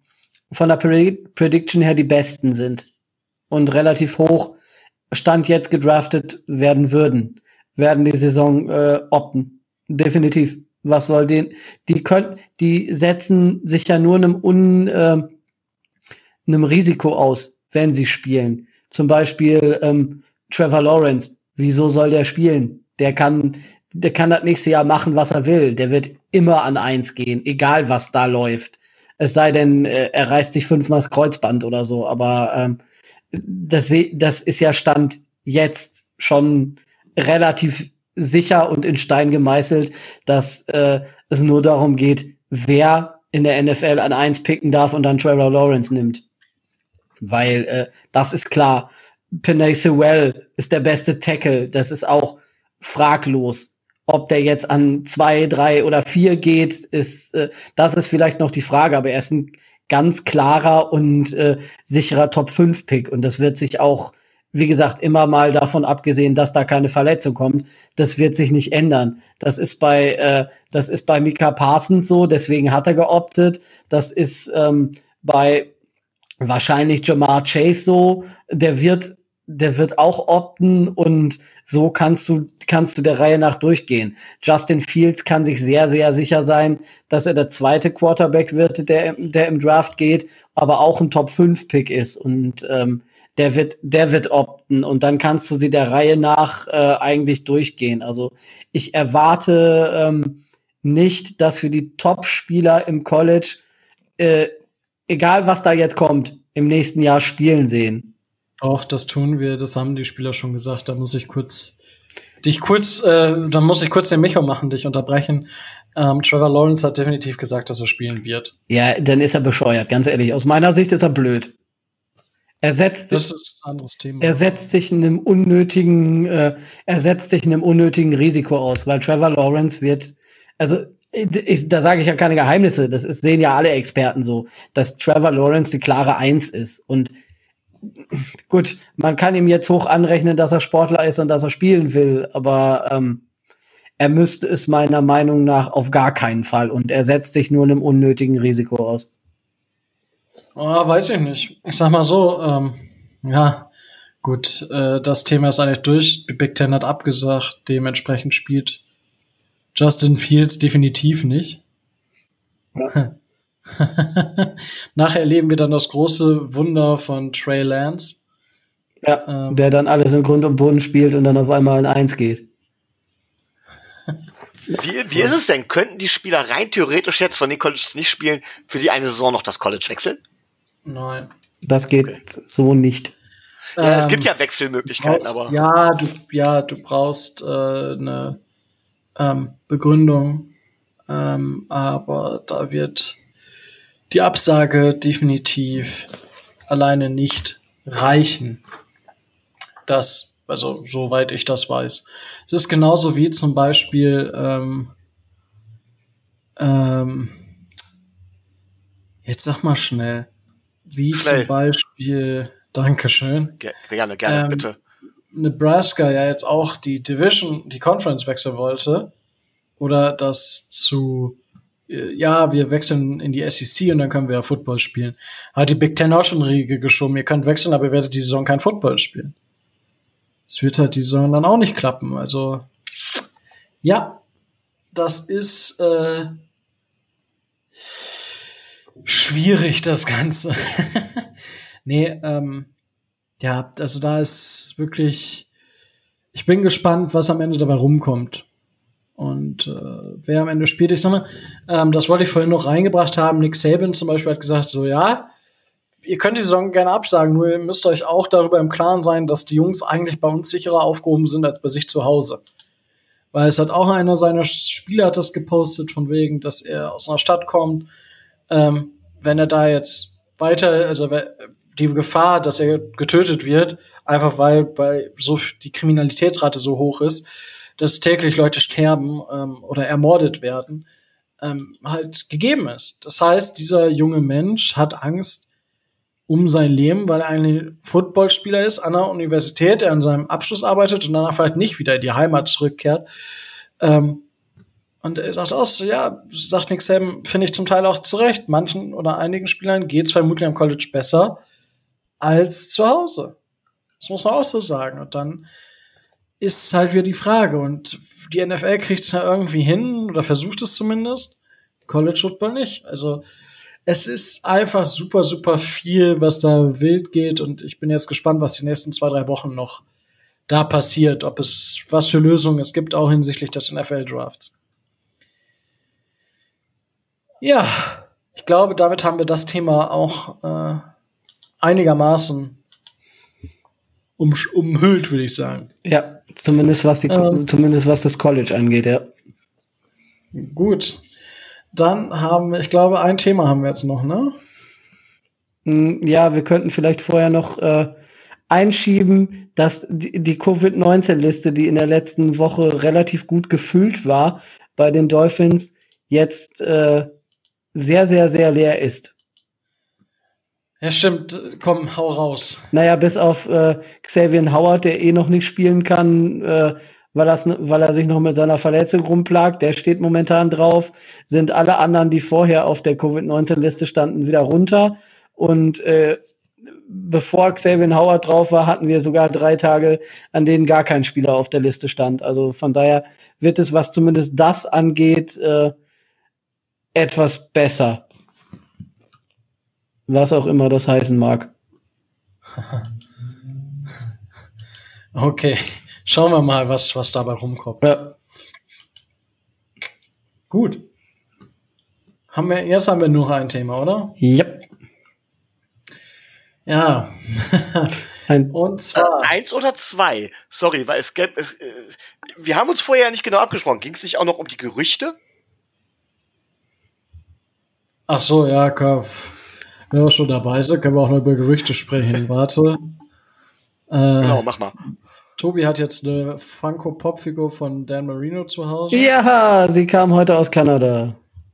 von der Prediction her die Besten sind und relativ hoch Stand jetzt gedraftet werden würden, werden die Saison opten. Definitiv. Was soll die setzen sich ja nur einem Risiko aus, wenn sie spielen. Zum Beispiel Trevor Lawrence. Wieso soll der spielen? Der kann das nächste Jahr machen, was er will. Der wird immer an 1 gehen, egal was da läuft. Es sei denn, er reißt sich 5-mal das Kreuzband oder so. Aber das ist ja Stand jetzt schon relativ sicher und in Stein gemeißelt, dass es nur darum geht, wer in der NFL an 1 picken darf und dann Trevor Lawrence nimmt. Weil das ist klar. Penei Sewell ist der beste Tackle. Das ist auch fraglos. Ob der jetzt an 2, 3 oder 4 geht, das ist vielleicht noch die Frage. Aber er ist ein ganz klarer und sicherer Top-5-Pick. Und das wird sich auch, wie gesagt, immer mal davon abgesehen, dass da keine Verletzung kommt. Das wird sich nicht ändern. Das ist bei Micah Parsons so. Deswegen hat er geoptet. Das ist bei wahrscheinlich Jamar Chase so. Der wird auch opten und so kannst du der Reihe nach durchgehen. Justin Fields kann sich sehr, sehr sicher sein, dass er der zweite Quarterback wird, der im Draft geht, aber auch ein Top-5-Pick ist und der wird opten und dann kannst du sie der Reihe nach eigentlich durchgehen. Also ich erwarte nicht, dass wir die Top-Spieler im College, egal was da jetzt kommt, im nächsten Jahr spielen sehen. Doch, das tun wir, das haben die Spieler schon gesagt. Da muss ich kurz den Micho machen, dich unterbrechen. Trevor Lawrence hat definitiv gesagt, dass er spielen wird. Ja, dann ist er bescheuert, ganz ehrlich. Aus meiner Sicht ist er blöd. Das ist ein anderes Thema. Er setzt sich einem unnötigen Risiko aus, weil Trevor Lawrence wird, also da sage ich ja keine Geheimnisse, sehen ja alle Experten so, dass Trevor Lawrence die klare 1 ist. Und gut, man kann ihm jetzt hoch anrechnen, dass er Sportler ist und dass er spielen will, aber er müsste es meiner Meinung nach auf gar keinen Fall und er setzt sich nur einem unnötigen Risiko aus. Weiß ich nicht. Ich sag mal so, ja, gut, das Thema ist eigentlich durch. Die Big Ten hat abgesagt, dementsprechend spielt Justin Fields definitiv nicht. Ja. Nachher erleben wir dann das große Wunder von Trey Lance. Ja, der dann alles im Grund und Boden spielt und dann auf einmal in 1 geht. Wie ist es denn? Könnten die Spieler rein theoretisch jetzt, von den Colleges nicht spielen, für die eine Saison noch das College wechseln? Nein. Das geht so nicht. Ja, es gibt ja Wechselmöglichkeiten, aber. Du brauchst eine Begründung, aber da wird die Absage definitiv alleine nicht reichen. Also soweit ich das weiß. Es ist genauso wie zum Beispiel jetzt sag mal schnell. Zum Beispiel, Dankeschön. Gerne, bitte. Nebraska ja jetzt auch die Conference wechseln wollte. Oder das wir wechseln in die SEC und dann können wir ja Football spielen. Hat die Big Ten auch schon Riegel geschoben. Ihr könnt wechseln, aber ihr werdet die Saison kein Football spielen. Es wird halt die Saison dann auch nicht klappen. Also, ja, das ist schwierig, das Ganze. Nee, also da ist wirklich, ich bin gespannt, was am Ende dabei rumkommt. Und wer am Ende spielt, ich sag mal, das wollte ich vorhin noch reingebracht haben. Nick Saban zum Beispiel hat gesagt, so ja, ihr könnt die Saison gerne absagen, nur ihr müsst euch auch darüber im Klaren sein, dass die Jungs eigentlich bei uns sicherer aufgehoben sind als bei sich zu Hause. Weil es hat auch einer seiner Spieler hat das gepostet, von wegen, dass er aus einer Stadt kommt. Wenn er da jetzt weiter, also die Gefahr, dass er getötet wird, einfach weil die Kriminalitätsrate so hoch ist, dass täglich Leute sterben oder ermordet werden, halt gegeben ist. Das heißt, dieser junge Mensch hat Angst um sein Leben, weil er ein Footballspieler ist an der Universität, der an seinem Abschluss arbeitet und danach vielleicht nicht wieder in die Heimat zurückkehrt. Und er sagt auch so, ja, sagt Nick Saban, finde ich zum Teil auch zurecht. Manchen oder einigen Spielern geht's vermutlich am College besser als zu Hause. Das muss man auch so sagen. Und dann ist halt wieder die Frage. Und die NFL kriegt es ja irgendwie hin, oder versucht es zumindest. College Football nicht. Also es ist einfach super, super viel, was da wild geht. Und ich bin jetzt gespannt, was die nächsten 2-3 Wochen noch da passiert. Ob es, was für Lösungen es gibt, auch hinsichtlich des NFL-Drafts. Ja, ich glaube, damit haben wir das Thema auch einigermaßen umhüllt, würde ich sagen. Ja, zumindest was das College angeht, ja. Gut. Dann haben wir, ich glaube, ein Thema haben wir jetzt noch, ne? Ja, wir könnten vielleicht vorher noch einschieben, dass die Covid-19-Liste, die in der letzten Woche relativ gut gefüllt war, bei den Dolphins jetzt sehr, sehr, sehr leer ist. Ja, stimmt. Komm, hau raus. Naja, bis auf Xavier Howard, der noch nicht spielen kann, weil er sich noch mit seiner Verletzung rumplagt, der steht momentan drauf, sind alle anderen, die vorher auf der Covid-19-Liste standen, wieder runter. Und bevor Xavier Howard drauf war, hatten wir sogar 3 Tage, an denen gar kein Spieler auf der Liste stand. Also von daher wird es, was zumindest das angeht, etwas besser. Was auch immer das heißen mag. Okay, schauen wir mal, was dabei rumkommt. Ja. Gut. Jetzt haben wir nur ein Thema, oder? Ja. Ja. Und zwar 1 oder 2? Sorry, weil wir haben uns vorher ja nicht genau abgesprochen. Ging es nicht auch noch um die Gerüchte? Ach so, ja, wenn wir schon dabei sind, können wir auch noch über Gerüchte sprechen. Warte. Genau, mach mal. Tobi hat jetzt eine Funko-Pop-Figur von Dan Marino zu Hause. Ja, sie kam heute aus Kanada.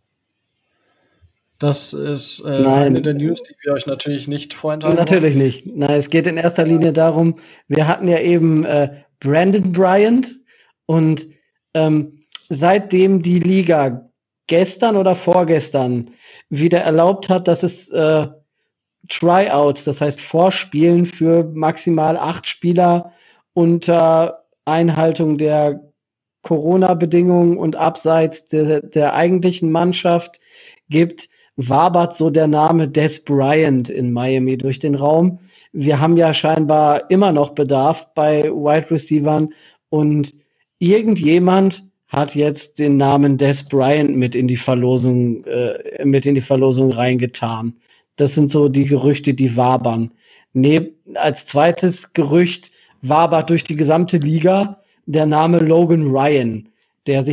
Das ist eine der News, die wir euch natürlich nicht vorenthalten. Natürlich nicht. Nein, es geht in erster Linie darum, wir hatten ja eben Brandon Bryant und seitdem die Liga gestern oder vorgestern wieder erlaubt hat, dass es Tryouts, das heißt Vorspielen für maximal 8 Spieler unter Einhaltung der Corona-Bedingungen und abseits der eigentlichen Mannschaft gibt, wabert so der Name Des Bryant in Miami durch den Raum. Wir haben ja scheinbar immer noch Bedarf bei Wide Receivern und irgendjemand hat jetzt den Namen Des Bryant mit in die Verlosung reingetan. Das sind so die Gerüchte, die wabern. Als zweites Gerücht wabert durch die gesamte Liga der Name Logan Ryan, der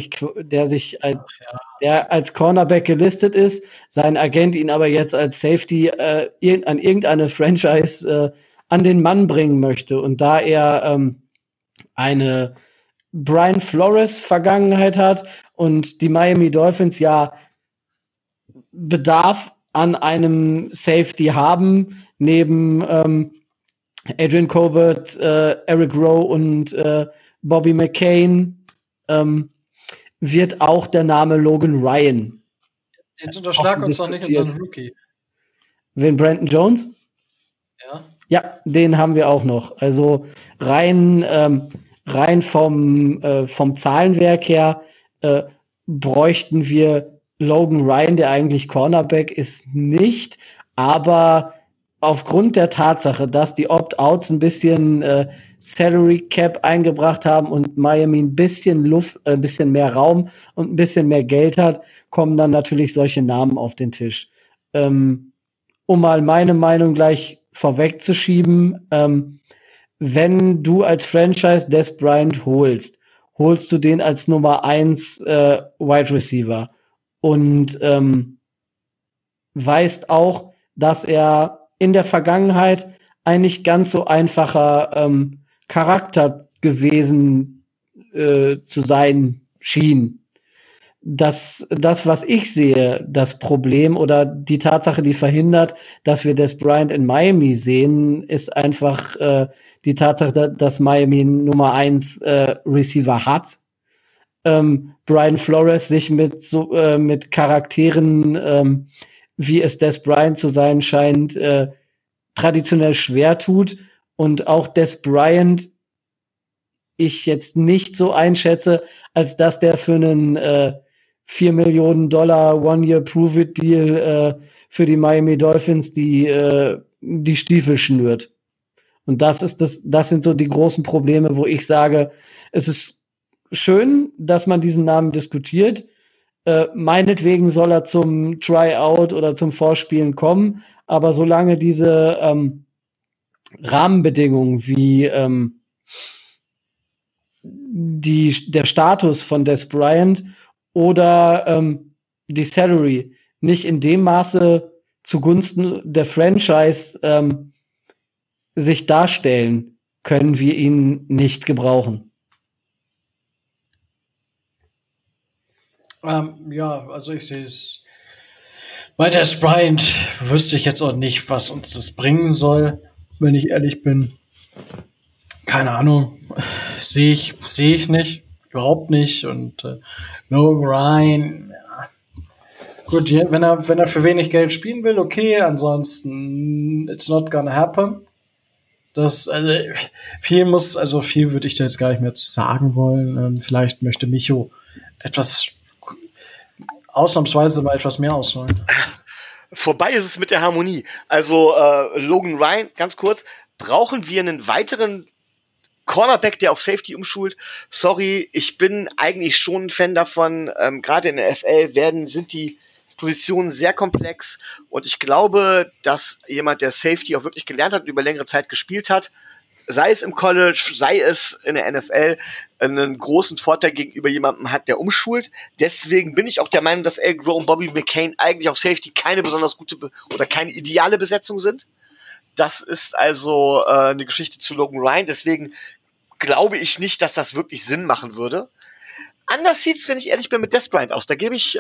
als Cornerback gelistet ist, sein Agent ihn aber jetzt als Safety an irgendeine Franchise an den Mann bringen möchte. Und da er eine Brian Flores-Vergangenheit hat und die Miami Dolphins ja Bedarf an einem Safety haben, neben Adrian Colbert, Eric Rowe und Bobby McCain, wird auch der Name Logan Ryan. Jetzt unterschlag uns noch nicht unseren Rookie. Wen, Brandon Jones? Ja. Ja, den haben wir auch noch. Also rein vom Zahlenwerk her bräuchten wir Logan Ryan, der eigentlich Cornerback ist, nicht. Aber aufgrund der Tatsache, dass die Opt-outs ein bisschen Salary Cap eingebracht haben und Miami ein bisschen ein bisschen mehr Raum und ein bisschen mehr Geld hat, kommen dann natürlich solche Namen auf den Tisch. Um mal meine Meinung gleich vorwegzuschieben, wenn du als Franchise Des Bryant holst du den als Nummer 1 Wide Receiver und weißt auch, dass er in der Vergangenheit ein nicht ganz so einfacher Charakter gewesen zu sein schien. Das, was ich sehe, das Problem oder die Tatsache, die verhindert, dass wir Des Bryant in Miami sehen, ist einfach die Tatsache, dass Miami Nummer 1 Receiver hat. Brian Flores sich mit Charakteren, wie es Des Bryant zu sein scheint, traditionell schwer tut und auch Des Bryant ich jetzt nicht so einschätze, als dass der für einen $4 Millionen One-Year-Prove-It-Deal für die Miami Dolphins die Stiefel schnürt. Und das sind so die großen Probleme, wo ich sage, es ist schön, dass man diesen Namen diskutiert. Meinetwegen soll er zum Tryout oder zum Vorspielen kommen, aber solange diese Rahmenbedingungen wie der Status von Des Bryant oder die Salary nicht in dem Maße zugunsten der Franchise sich darstellen, können wir ihn nicht gebrauchen. Ja, also ich sehe es. Bei Des Bryant wüsste ich jetzt auch nicht, was uns das bringen soll, wenn ich ehrlich bin. Keine Ahnung. Sehe ich nicht. Überhaupt nicht. Und Logan Ryan, ja. Gut, wenn er für wenig Geld spielen will, okay. Ansonsten, it's not gonna happen. Viel würde ich da jetzt gar nicht mehr zu sagen wollen. Vielleicht möchte Micho ausnahmsweise mal etwas mehr ausholen. Vorbei ist es mit der Harmonie. Also Logan Ryan, ganz kurz, brauchen wir einen weiteren Cornerback, der auf Safety umschult? Sorry, ich bin eigentlich schon ein Fan davon. Gerade in der NFL sind die Positionen sehr komplex und ich glaube, dass jemand, der Safety auch wirklich gelernt hat und über längere Zeit gespielt hat, sei es im College, sei es in der NFL, einen großen Vorteil gegenüber jemandem hat, der umschult. Deswegen bin ich auch der Meinung, dass Al Groh und Bobby McCain eigentlich auf Safety keine besonders gute oder keine ideale Besetzung sind. Das ist also eine Geschichte zu Logan Ryan. Deswegen glaube ich nicht, dass das wirklich Sinn machen würde. Anders sieht's, wenn ich ehrlich bin, mit Des Bryant aus. Da gebe ich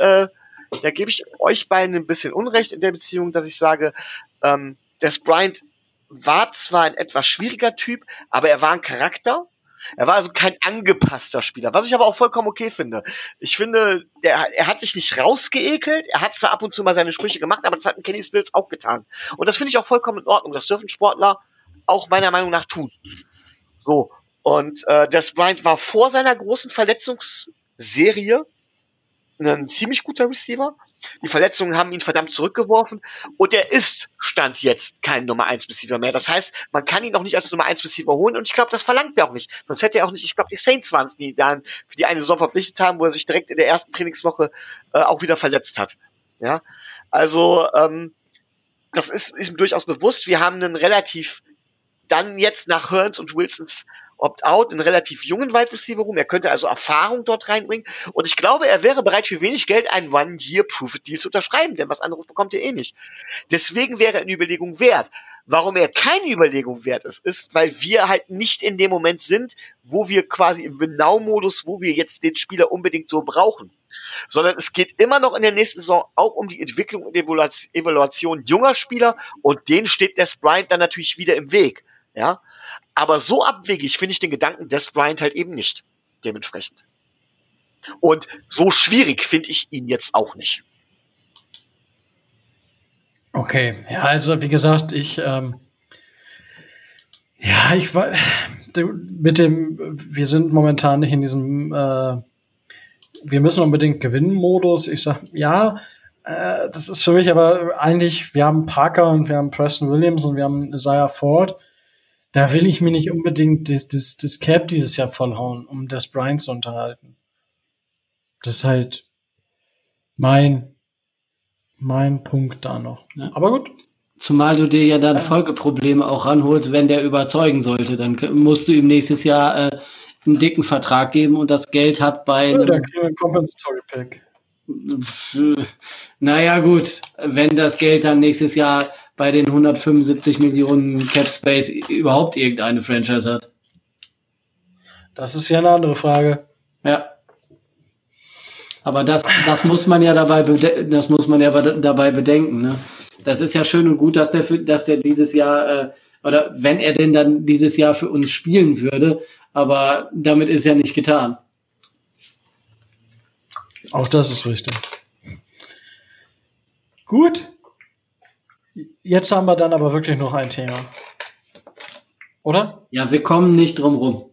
euch beiden ein bisschen Unrecht in der Beziehung, dass ich sage, Des Bryant war zwar ein etwas schwieriger Typ, aber er war ein Charakter. Er war also kein angepasster Spieler, was ich aber auch vollkommen okay finde. Ich finde, er hat sich nicht rausgeekelt, er hat zwar ab und zu mal seine Sprüche gemacht, aber das hat ein Kenny Stills auch getan. Und das finde ich auch vollkommen in Ordnung. Das dürfen Sportler auch meiner Meinung nach tun. So, und Des Bryant war vor seiner großen Verletzungsserie ein ziemlich guter Receiver. Die Verletzungen haben ihn verdammt zurückgeworfen und er Stand jetzt kein Nummer 1 Receiver mehr. Das heißt, man kann ihn auch nicht als Nummer 1 Receiver holen und ich glaube, das verlangt er auch nicht. Sonst hätte er auch nicht, ich glaube, die Saints waren es, die dann für die eine Saison verpflichtet haben, wo er sich direkt in der ersten Trainingswoche auch wieder verletzt hat. Ja, also das ist ihm durchaus bewusst. Wir haben einen relativ dann jetzt nach Hearns und Wilsons Opt-out, einen relativ jungen Wide Receiver Room. Er könnte also Erfahrung dort reinbringen. Und ich glaube, er wäre bereit, für wenig Geld einen One-Year-Prove-It-Deal zu unterschreiben, denn was anderes bekommt er eh nicht. Deswegen wäre er eine Überlegung wert. Warum er keine Überlegung wert ist, weil wir halt nicht in dem Moment sind, wo wir quasi im Genau-Modus, wo wir jetzt den Spieler unbedingt so brauchen. Sondern es geht immer noch in der nächsten Saison auch um die Entwicklung und Evaluation junger Spieler und denen steht Des Bryant dann natürlich wieder im Weg. Ja, aber so abwegig finde ich den Gedanken Des Bryant halt eben nicht, dementsprechend. Und so schwierig finde ich ihn jetzt auch nicht. Okay, ja, also wie gesagt, wir sind momentan nicht in diesem, wir müssen unbedingt gewinnen Modus. Ich sag, ja, das ist für mich aber eigentlich, wir haben Parker und wir haben Preston Williams und wir haben Isaiah Ford. Da will ich mir nicht unbedingt das Cap dieses Jahr vollhauen, um Des Bryant zu unterhalten. Das ist halt mein Punkt da noch. Ja. Aber gut. Zumal du dir ja dann Folgeprobleme auch ranholst, wenn der überzeugen sollte. Dann musst du ihm nächstes Jahr einen dicken Vertrag geben und das Geld hat bei da kriegen wir einen Compensatory Pack. Naja gut, wenn das Geld dann nächstes Jahr bei den 175 Millionen Cap Space überhaupt irgendeine Franchise hat. Das ist ja eine andere Frage. Ja. Aber das muss man ja dabei bedenken. Ne? Das ist ja schön und gut, dass der dieses Jahr oder wenn er denn dann dieses Jahr für uns spielen würde, aber damit ist ja nicht getan. Auch das ist richtig. Gut. Jetzt haben wir dann aber wirklich noch ein Thema. Oder? Ja, wir kommen nicht drum rum.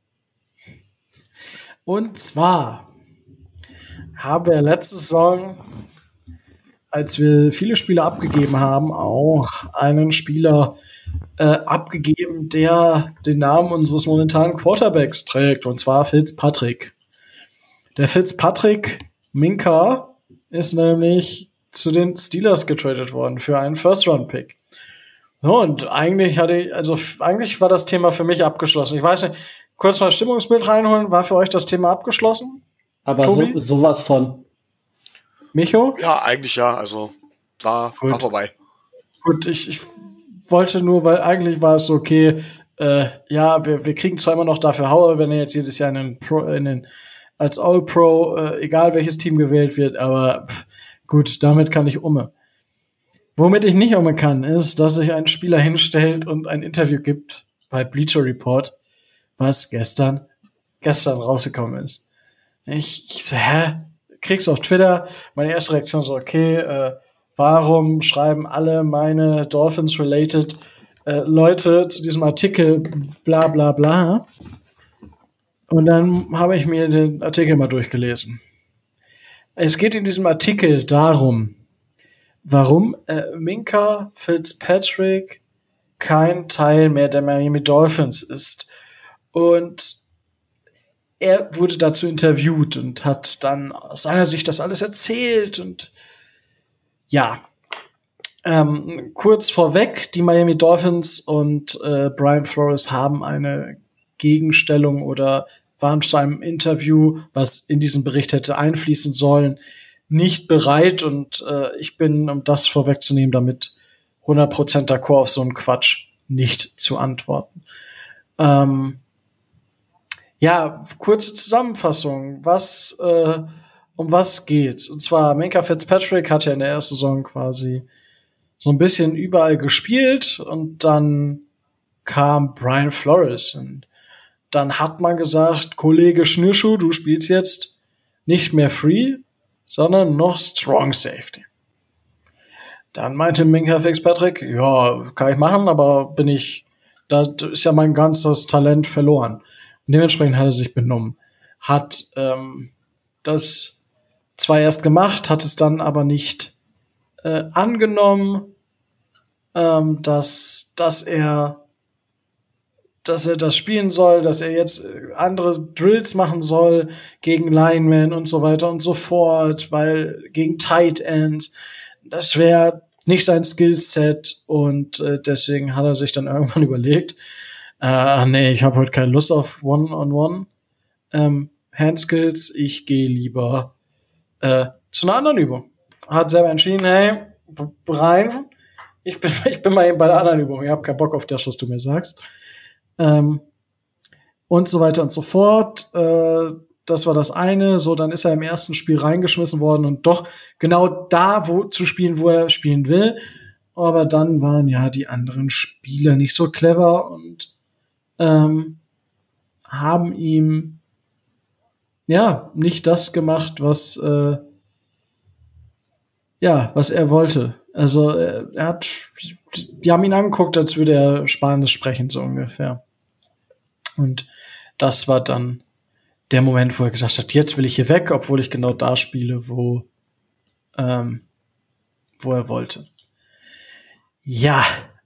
Und zwar haben wir letzte Saison, als wir viele Spieler abgegeben haben, auch einen Spieler abgegeben, der den Namen unseres momentanen Quarterbacks trägt, und zwar Fitzpatrick. Der Fitzpatrick Minkah ist nämlich zu den Steelers getradet worden für einen First-Round-Pick. So, und eigentlich war das Thema für mich abgeschlossen. Ich weiß nicht, kurz mal Stimmungsbild reinholen, war für euch das Thema abgeschlossen? Aber sowas von. Micho? Ja, eigentlich ja, also war vorbei. Gut, ich wollte nur, weil eigentlich war es okay, wir kriegen zwar immer noch dafür Haue, wenn er jetzt jedes Jahr als All-Pro, egal welches Team gewählt wird, aber gut, damit kann ich umme. Womit ich nicht umme kann, ist, dass sich ein Spieler hinstellt und ein Interview gibt bei Bleacher Report, was gestern rausgekommen ist. Ich so, krieg's auf Twitter, meine erste Reaktion so, okay, warum schreiben alle meine Dolphins-related Leute zu diesem Artikel bla bla bla? Und dann habe ich mir den Artikel mal durchgelesen. Es geht in diesem Artikel darum, warum Minkah Fitzpatrick kein Teil mehr der Miami Dolphins ist. Und er wurde dazu interviewt und hat dann aus seiner Sicht das alles erzählt. Und ja, kurz vorweg, die Miami Dolphins und Brian Flores haben eine Gegenstellung oder waren zu einem Interview, was in diesen Bericht hätte einfließen sollen, nicht bereit. Und ich bin, um das vorwegzunehmen, damit 100% d'accord auf so einen Quatsch nicht zu antworten. Kurze Zusammenfassung. Um was geht's? Und zwar, Minkah Fitzpatrick hat ja in der ersten Saison quasi so ein bisschen überall gespielt und dann kam Brian Flores und dann hat man gesagt, Kollege Schnürschuh, du spielst jetzt nicht mehr Free, sondern noch Strong Safety. Dann meinte Minkah Fitzpatrick, ja, kann ich machen, aber da ist ja mein ganzes Talent verloren. Und dementsprechend hat er sich benommen. Hat das zwar erst gemacht, hat es dann aber nicht angenommen, dass er das spielen soll, dass er jetzt andere Drills machen soll gegen Linemen und so weiter und so fort, weil gegen Tight Ends, das wäre nicht sein Skillset und deswegen hat er sich dann irgendwann überlegt, ich habe heute keine Lust auf One-on-One Handskills, ich gehe lieber zu einer anderen Übung. Hat selber entschieden, hey, Brian, ich bin mal eben bei der anderen Übung, ich habe keinen Bock auf das, was du mir sagst. Und so weiter und so fort. Das war das eine. So, dann ist er im ersten Spiel reingeschmissen worden und doch genau da zu spielen, wo er spielen will. Aber dann waren ja die anderen Spieler nicht so clever und haben ihm nicht das gemacht, was er wollte. Also die haben ihn angeguckt, als würde er Spanisch sprechen, so ungefähr. Und das war dann der Moment, wo er gesagt hat, jetzt will ich hier weg, obwohl ich genau da spiele, wo er wollte. Ja,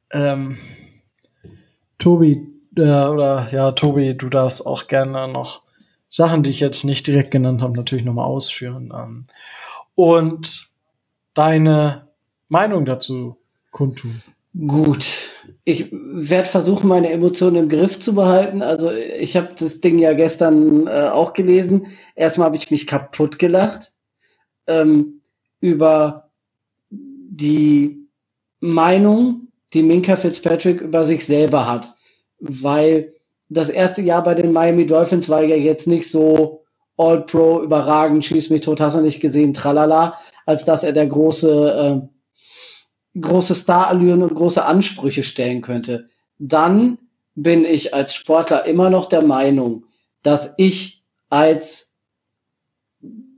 Tobi, du darfst auch gerne noch Sachen, die ich jetzt nicht direkt genannt habe, natürlich nochmal ausführen. Und deine Meinung dazu kundtun. Gut. Ich werde versuchen, meine Emotionen im Griff zu behalten. Also ich habe das Ding ja gestern auch gelesen. Erstmal habe ich mich kaputt gelacht über die Meinung, die Minkah Fitzpatrick über sich selber hat. Weil das erste Jahr bei den Miami Dolphins war ja jetzt nicht so All-Pro, überragend, schieß mich tot, hast du nicht gesehen, tralala, als dass er der große Starallüren und große Ansprüche stellen könnte. Dann bin ich als Sportler immer noch der Meinung, dass ich als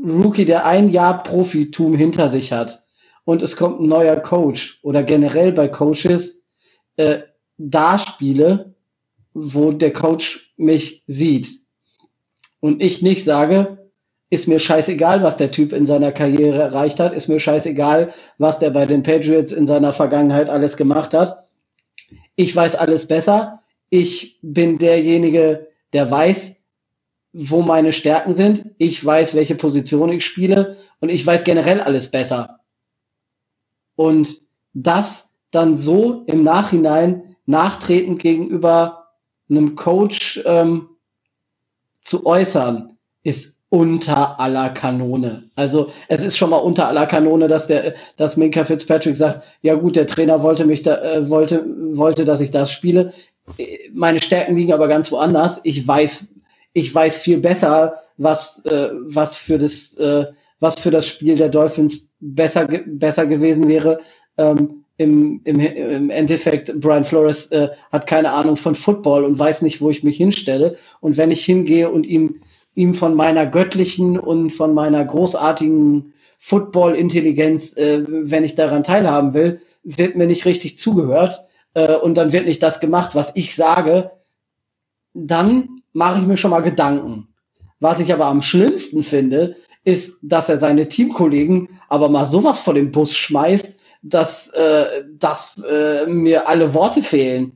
Rookie, der ein Jahr Profitum hinter sich hat und es kommt ein neuer Coach oder generell bei Coaches da spiele, wo der Coach mich sieht und ich nicht sage, ist mir scheißegal, was der Typ in seiner Karriere erreicht hat, ist mir scheißegal, was der bei den Patriots in seiner Vergangenheit alles gemacht hat. Ich weiß alles besser. Ich bin derjenige, der weiß, wo meine Stärken sind. Ich weiß, welche Position ich spiele und ich weiß generell alles besser. Und das dann so im Nachhinein nachtretend gegenüber einem Coach zu äußern, ist unter aller Kanone. Also es ist schon mal unter aller Kanone, dass Minkah Fitzpatrick sagt, ja gut, der Trainer wollte, dass ich das spiele. Meine Stärken liegen aber ganz woanders. Ich weiß viel besser, was für das Spiel der Dolphins besser gewesen wäre. Im Endeffekt, Brian Flores hat keine Ahnung von Football und weiß nicht, wo ich mich hinstelle. Und wenn ich hingehe und ihm von meiner göttlichen und von meiner großartigen Football-Intelligenz, wenn ich daran teilhaben will, wird mir nicht richtig zugehört und dann wird nicht das gemacht, was ich sage, dann mache ich mir schon mal Gedanken. Was ich aber am schlimmsten finde, ist, dass er seine Teamkollegen aber mal sowas vor den Bus schmeißt, dass mir alle Worte fehlen.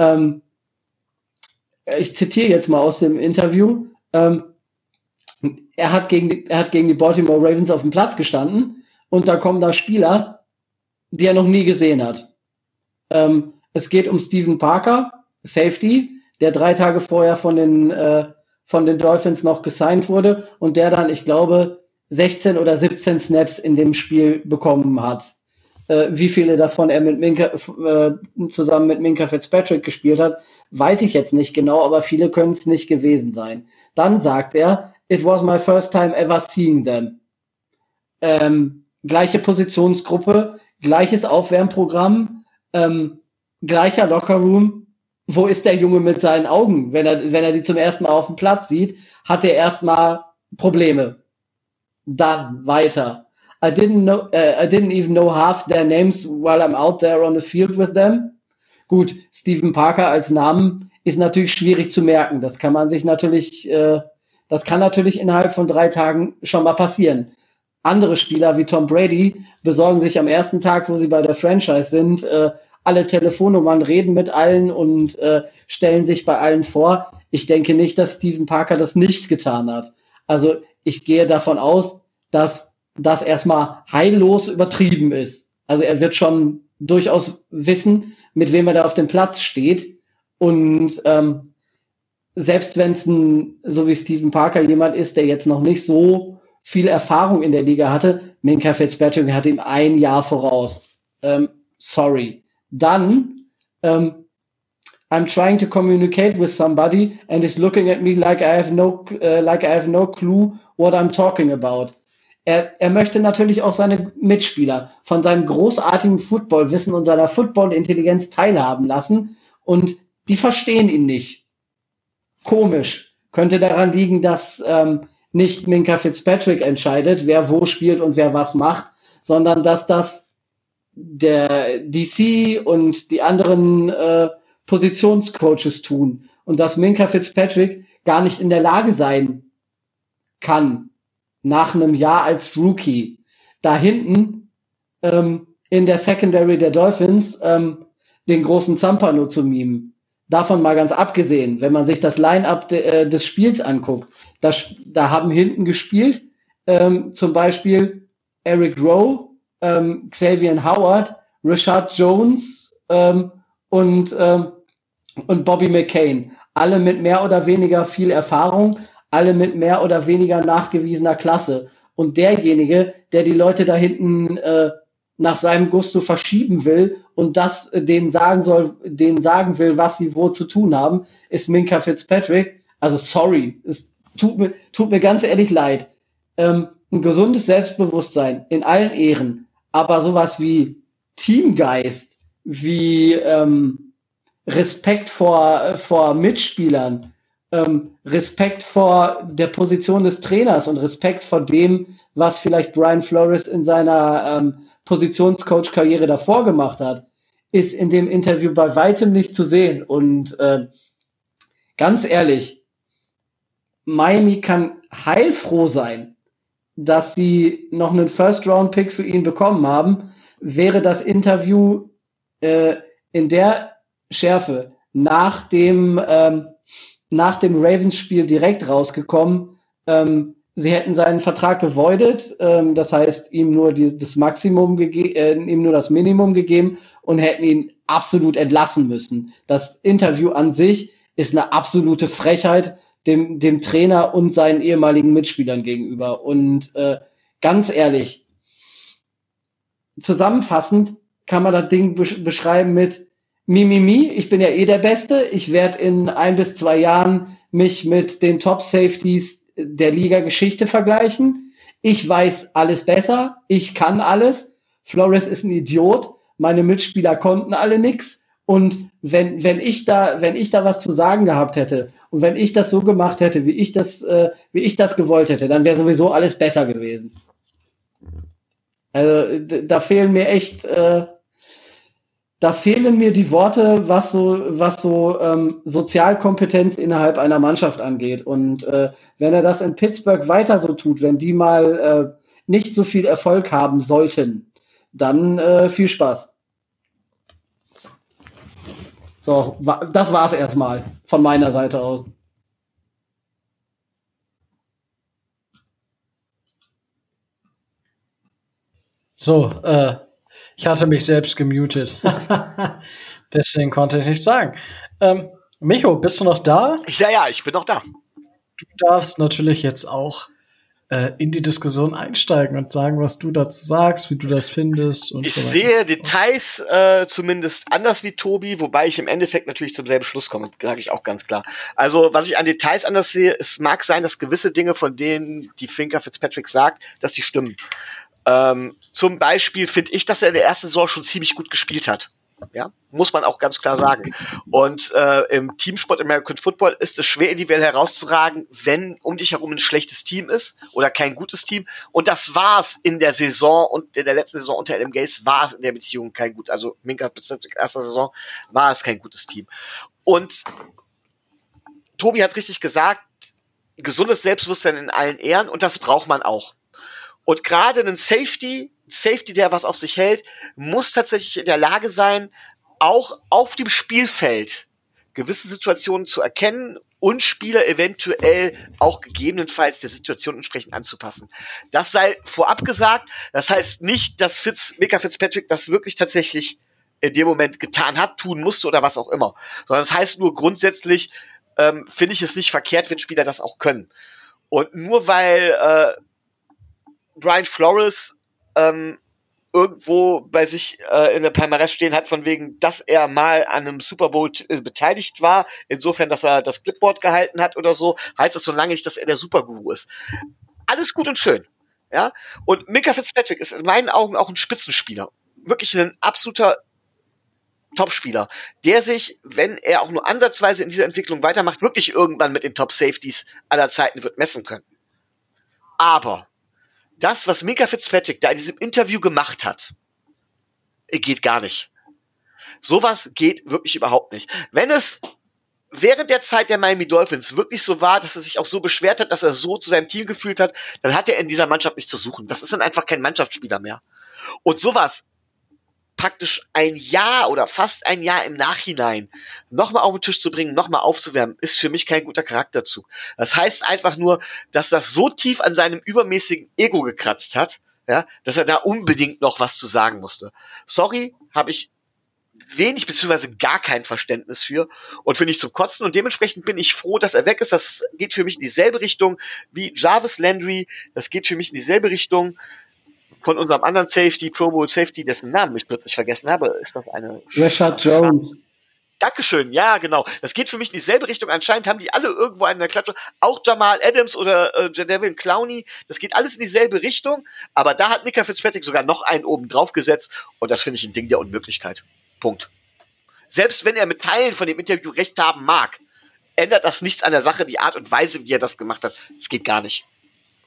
Ich zitiere jetzt mal aus dem Interview. Er hat gegen die Baltimore Ravens auf dem Platz gestanden und da kommen da Spieler, die er noch nie gesehen hat. Es geht um Stephen Parker, Safety, der 3 Tage vorher von den Dolphins noch gesigned wurde und der dann, ich glaube, 16 oder 17 Snaps in dem Spiel bekommen hat. Wie viele davon er zusammen mit Minkah Fitzpatrick gespielt hat, weiß ich jetzt nicht genau, aber viele können es nicht gewesen sein. Dann sagt er, it was my first time ever seeing them. Gleiche Positionsgruppe, gleiches Aufwärmprogramm, gleicher Lockerroom. Wo ist der Junge mit seinen Augen? Wenn er die zum ersten Mal auf dem Platz sieht, hat er erstmal Probleme. Dann weiter. I didn't even know half their names while I'm out there on the field with them. Gut, Stephen Parker als Namen ist natürlich schwierig zu merken. Das kann natürlich innerhalb von 3 Tagen schon mal passieren. Andere Spieler wie Tom Brady besorgen sich am ersten Tag, wo sie bei der Franchise sind, alle Telefonnummern, reden mit allen und stellen sich bei allen vor. Ich denke nicht, dass Stephen Parker das nicht getan hat. Also ich gehe davon aus, dass das erstmal heillos übertrieben ist. Also er wird schon durchaus wissen, mit wem er da auf dem Platz steht. Und selbst wenn es so wie Stephen Parker jemand ist, der jetzt noch nicht so viel Erfahrung in der Liga hatte, Minkah Fitzpatrick hat ihm 1 Jahr voraus. Sorry. Dann I'm trying to communicate with somebody and is looking at me like I have no clue what I'm talking about. Er möchte natürlich auch seine Mitspieler von seinem großartigen Footballwissen und seiner Footballintelligenz teilhaben lassen und die verstehen ihn nicht. Komisch. Könnte daran liegen, dass nicht Minkah Fitzpatrick entscheidet, wer wo spielt und wer was macht, sondern dass das der DC und die anderen Positionscoaches tun und dass Minkah Fitzpatrick gar nicht in der Lage sein kann, nach einem Jahr als Rookie da hinten in der Secondary der Dolphins den großen Zampano zu mimen. Davon mal ganz abgesehen, wenn man sich das Line-Up des Spiels anguckt, da haben hinten gespielt zum Beispiel Eric Rowe, Xavier Howard, Rashad Jones und Bobby McCain. Alle mit mehr oder weniger viel Erfahrung, alle mit mehr oder weniger nachgewiesener Klasse. Und derjenige, der die Leute da hinten nach seinem Gusto verschieben will und das denen sagen will, was sie wo zu tun haben, ist Minkah Fitzpatrick. Also sorry, es tut mir ganz ehrlich leid. Ein gesundes Selbstbewusstsein in allen Ehren, aber sowas wie Teamgeist, wie Respekt vor Mitspielern, Respekt vor der Position des Trainers und Respekt vor dem, was vielleicht Brian Flores in seiner Positionscoach-Karriere davor gemacht hat, ist in dem Interview bei weitem nicht zu sehen. Und ganz ehrlich, Miami kann heilfroh sein, dass sie noch einen First-Round-Pick für ihn bekommen haben. Wäre das Interview in der Schärfe nach dem Ravens-Spiel direkt rausgekommen, sie hätten seinen Vertrag gevoidet, das heißt ihm nur das Minimum gegeben und hätten ihn absolut entlassen müssen. Das Interview an sich ist eine absolute Frechheit dem Trainer und seinen ehemaligen Mitspielern gegenüber. Und ganz ehrlich, zusammenfassend kann man das Ding beschreiben mit Mimimi, ich bin ja eh der Beste, ich werde in 1 bis 2 Jahren mich mit den Top-Safeties der Liga-Geschichte vergleichen. Ich weiß alles besser, ich kann alles. Flores ist ein Idiot, meine Mitspieler konnten alle nix. Und wenn ich da was zu sagen gehabt hätte und wenn ich das so gemacht hätte, wie ich das gewollt hätte, dann wäre sowieso alles besser gewesen. Also da fehlen mir echt, da fehlen mir die Worte, was so Sozialkompetenz innerhalb einer Mannschaft angeht. Und wenn er das in Pittsburgh weiter so tut, wenn die mal nicht so viel Erfolg haben sollten, dann viel Spaß. So, das war's erstmal von meiner Seite aus. So, ich hatte mich selbst gemutet. Deswegen konnte ich nichts sagen. Micho, bist du noch da? Ja, ich bin noch da. Du darfst natürlich jetzt auch in die Diskussion einsteigen und sagen, was du dazu sagst, wie du das findest und ich so weiter. Ich sehe Details zumindest anders wie Tobi, wobei ich im Endeffekt natürlich zum selben Schluss komme, sage ich auch ganz klar. Also, was ich an Details anders sehe, es mag sein, dass gewisse Dinge, von denen die Finca Fitzpatrick sagt, dass die stimmen. Zum Beispiel finde ich, dass er in der ersten Saison schon ziemlich gut gespielt hat. Ja, muss man auch ganz klar sagen. Und im Teamsport American Football ist es schwer, individuell herauszuragen, wenn um dich herum ein schlechtes Team ist oder kein gutes Team. Und das war es in der Saison und in der letzten Saison unter Adam Gase war es in der Beziehung kein gut. Also Minka bis zur ersten Saison war es kein gutes Team. Und Tobi hat richtig gesagt, gesundes Selbstbewusstsein in allen Ehren und das braucht man auch. Und gerade ein Safety, der was auf sich hält, muss tatsächlich in der Lage sein, auch auf dem Spielfeld gewisse Situationen zu erkennen und Spieler eventuell auch gegebenenfalls der Situation entsprechend anzupassen. Das sei vorab gesagt. Das heißt nicht, dass Minka Fitzpatrick das wirklich tatsächlich in dem Moment getan hat, tun musste oder was auch immer. Sondern das heißt nur grundsätzlich, finde ich es nicht verkehrt, wenn Spieler das auch können. Und nur weil Brian Flores irgendwo bei sich in der Palmarès stehen hat, von wegen, dass er mal an einem Super Bowl beteiligt war, insofern, dass er das Clipboard gehalten hat oder so, heißt das so lange nicht, dass er der Superguru ist. Alles gut und schön, ja. Und Minka Fitzpatrick ist in meinen Augen auch ein Spitzenspieler. Wirklich ein absoluter Topspieler, der sich, wenn er auch nur ansatzweise in dieser Entwicklung weitermacht, wirklich irgendwann mit den Top-Safeties aller Zeiten wird messen können. Aber das, was Minka Fitzpatrick da in diesem Interview gemacht hat, geht gar nicht. Sowas geht wirklich überhaupt nicht. Wenn es während der Zeit der Miami Dolphins wirklich so war, dass er sich auch so beschwert hat, dass er so zu seinem Team gefühlt hat, dann hat er in dieser Mannschaft nichts zu suchen. Das ist dann einfach kein Mannschaftsspieler mehr. Und sowas praktisch ein Jahr oder fast ein Jahr im Nachhinein nochmal auf den Tisch zu bringen, nochmal aufzuwärmen, ist für mich kein guter Charakterzug. Das heißt einfach nur, dass das so tief an seinem übermäßigen Ego gekratzt hat, ja, dass er da unbedingt noch was zu sagen musste. Sorry, habe ich wenig beziehungsweise gar kein Verständnis für und finde ich zum Kotzen und dementsprechend bin ich froh, dass er weg ist. Das geht für mich in dieselbe Richtung wie Jarvis Landry, das geht für mich in dieselbe Richtung von unserem anderen Safety, Pro Bowl Safety, dessen Namen ich plötzlich vergessen habe, ist das eine... Rashad Jones. Dankeschön, ja, genau. Das geht für mich in dieselbe Richtung. Anscheinend haben die alle irgendwo einen in der Klatsche. Auch Jamal Adams oder Jadeveon Clowney. Das geht alles in dieselbe Richtung. Aber da hat Minka Fitzpatrick sogar noch einen oben drauf gesetzt. Und das finde ich ein Ding der Unmöglichkeit. Punkt. Selbst wenn er mit Teilen von dem Interview recht haben mag, ändert das nichts an der Sache, die Art und Weise, wie er das gemacht hat. Das geht gar nicht.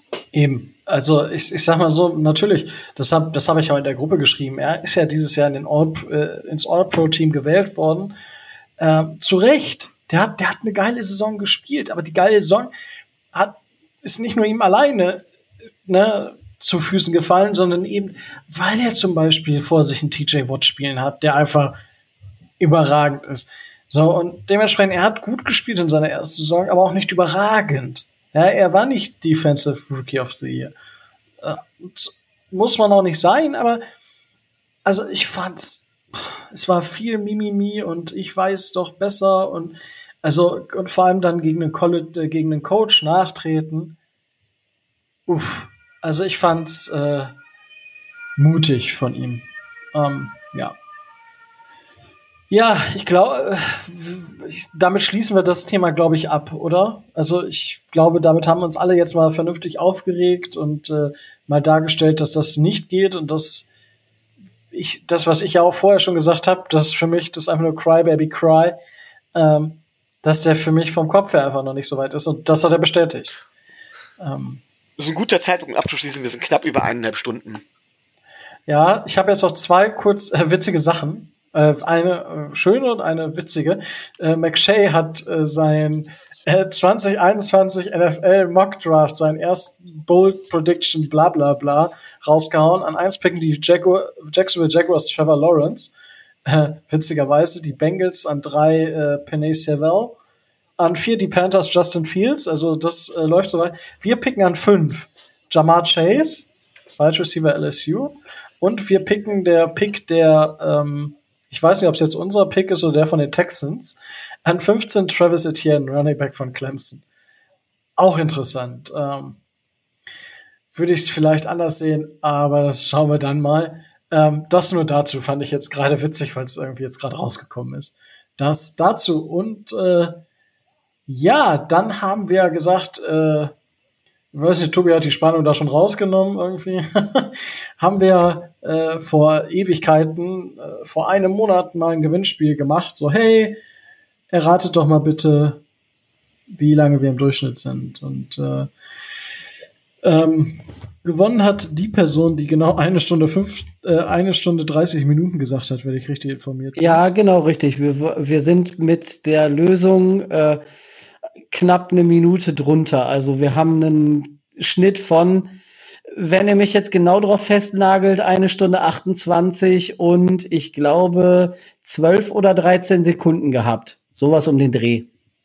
Eben. Also ich sag mal so, natürlich, das hab ich auch in der Gruppe geschrieben. Er ist ja dieses Jahr ins All-Pro-Team gewählt worden. Zu Recht. Der hat eine geile Saison gespielt, aber die geile Saison ist nicht nur ihm alleine zu Füßen gefallen, sondern eben, weil er zum Beispiel vor sich einen TJ Watt spielen hat, der einfach überragend ist. So, und dementsprechend, er hat gut gespielt in seiner ersten Saison, aber auch nicht überragend. Ja, er war nicht Defensive Rookie of the Year. Muss man auch nicht sein, aber also ich fand's, es war viel Mimimi und ich weiß doch besser und vor allem dann gegen einen Coach nachtreten. Uff. Also ich fand's mutig von ihm. Ja. Ja, ich glaube, damit schließen wir das Thema, glaube ich, ab, oder? Also ich glaube, damit haben wir uns alle jetzt mal vernünftig aufgeregt und mal dargestellt, dass das nicht geht und das, was ich ja auch vorher schon gesagt habe, das ist für mich das ist einfach nur Cry Baby Cry, dass der für mich vom Kopf her einfach noch nicht so weit ist und das hat er bestätigt. Das ist ein guter Zeitpunkt, um abzuschließen. Wir sind knapp über 1,5 Stunden. Ja, ich habe jetzt noch 2 kurz witzige Sachen. Eine schöne und eine witzige. McShay hat sein 2021 NFL Mock Draft, seinen ersten Bold Prediction bla bla bla rausgehauen. An 1 picken die Jacksonville Jaguars Trevor Lawrence. Witzigerweise die Bengals an 3 Penny Sewell. An 4 die Panthers Justin Fields. Also das läuft soweit. Wir picken an 5 Jamar Chase, Wide Receiver LSU. Und wir picken der Pick der ich weiß nicht, ob es jetzt unser Pick ist oder der von den Texans. An 15 Travis Etienne, Running Back von Clemson. Auch interessant. Würde ich es vielleicht anders sehen, aber das schauen wir dann mal. Das nur dazu fand ich jetzt gerade witzig, weil es irgendwie jetzt gerade rausgekommen ist. Das dazu. Und ja, dann haben wir gesagt, ich weiß nicht, Tobi hat die Spannung da schon rausgenommen irgendwie. Haben wir vor Ewigkeiten, vor einem Monat mal ein Gewinnspiel gemacht. So, hey, erratet doch mal bitte, wie lange wir im Durchschnitt sind. Und gewonnen hat die Person, die genau 1 Stunde 30 Minuten gesagt hat, wenn ich richtig informiert bin. Ja, genau, richtig. Wir sind mit der Lösung knapp 1 Minute drunter. Also wir haben einen Schnitt von, wenn ihr mich jetzt genau drauf festnagelt, 1 Stunde 28 und ich glaube 12 oder 13 Sekunden gehabt. Sowas um den Dreh.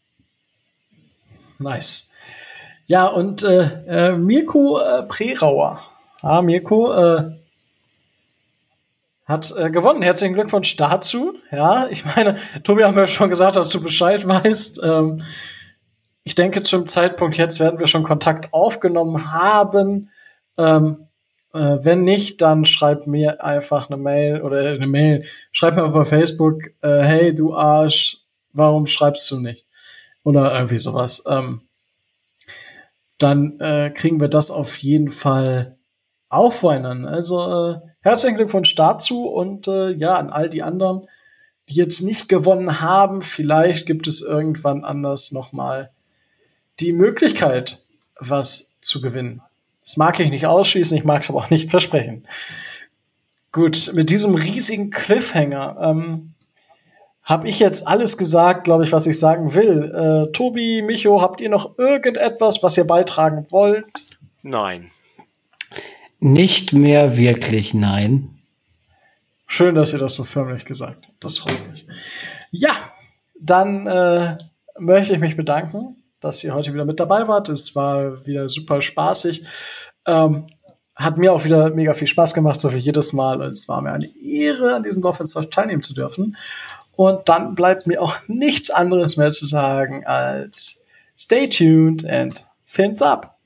Nice. Ja, und Mirko Prerauer. Ja, Mirko hat gewonnen. Herzlichen Glückwunsch dazu. Ja, ich meine, Tobi hat mir schon gesagt, dass du Bescheid weißt. Ich denke, zum Zeitpunkt jetzt werden wir schon Kontakt aufgenommen haben. Wenn nicht, dann schreib mir einfach eine Mail. Schreib mir auf Facebook, hey, du Arsch, warum schreibst du nicht? Oder irgendwie sowas. Dann kriegen wir das auf jeden Fall auch voreinander. Also herzlichen Glückwunsch dazu und ja, an all die anderen, die jetzt nicht gewonnen haben. Vielleicht gibt es irgendwann anders nochmal die Möglichkeit, was zu gewinnen. Das mag ich nicht ausschließen, ich mag es aber auch nicht versprechen. Gut, mit diesem riesigen Cliffhanger habe ich jetzt alles gesagt, glaube ich, was ich sagen will. Tobi, Micho, habt ihr noch irgendetwas, was ihr beitragen wollt? Nein. Nicht mehr wirklich, nein. Schön, dass ihr das so förmlich gesagt habt. Das freut mich. Ja, dann möchte ich mich bedanken, dass ihr heute wieder mit dabei wart. Es war wieder super spaßig. Hat mir auch wieder mega viel Spaß gemacht, so wie jedes Mal. Es war mir eine Ehre, an diesem Dolphins teilnehmen zu dürfen. Und dann bleibt mir auch nichts anderes mehr zu sagen als stay tuned and fins up.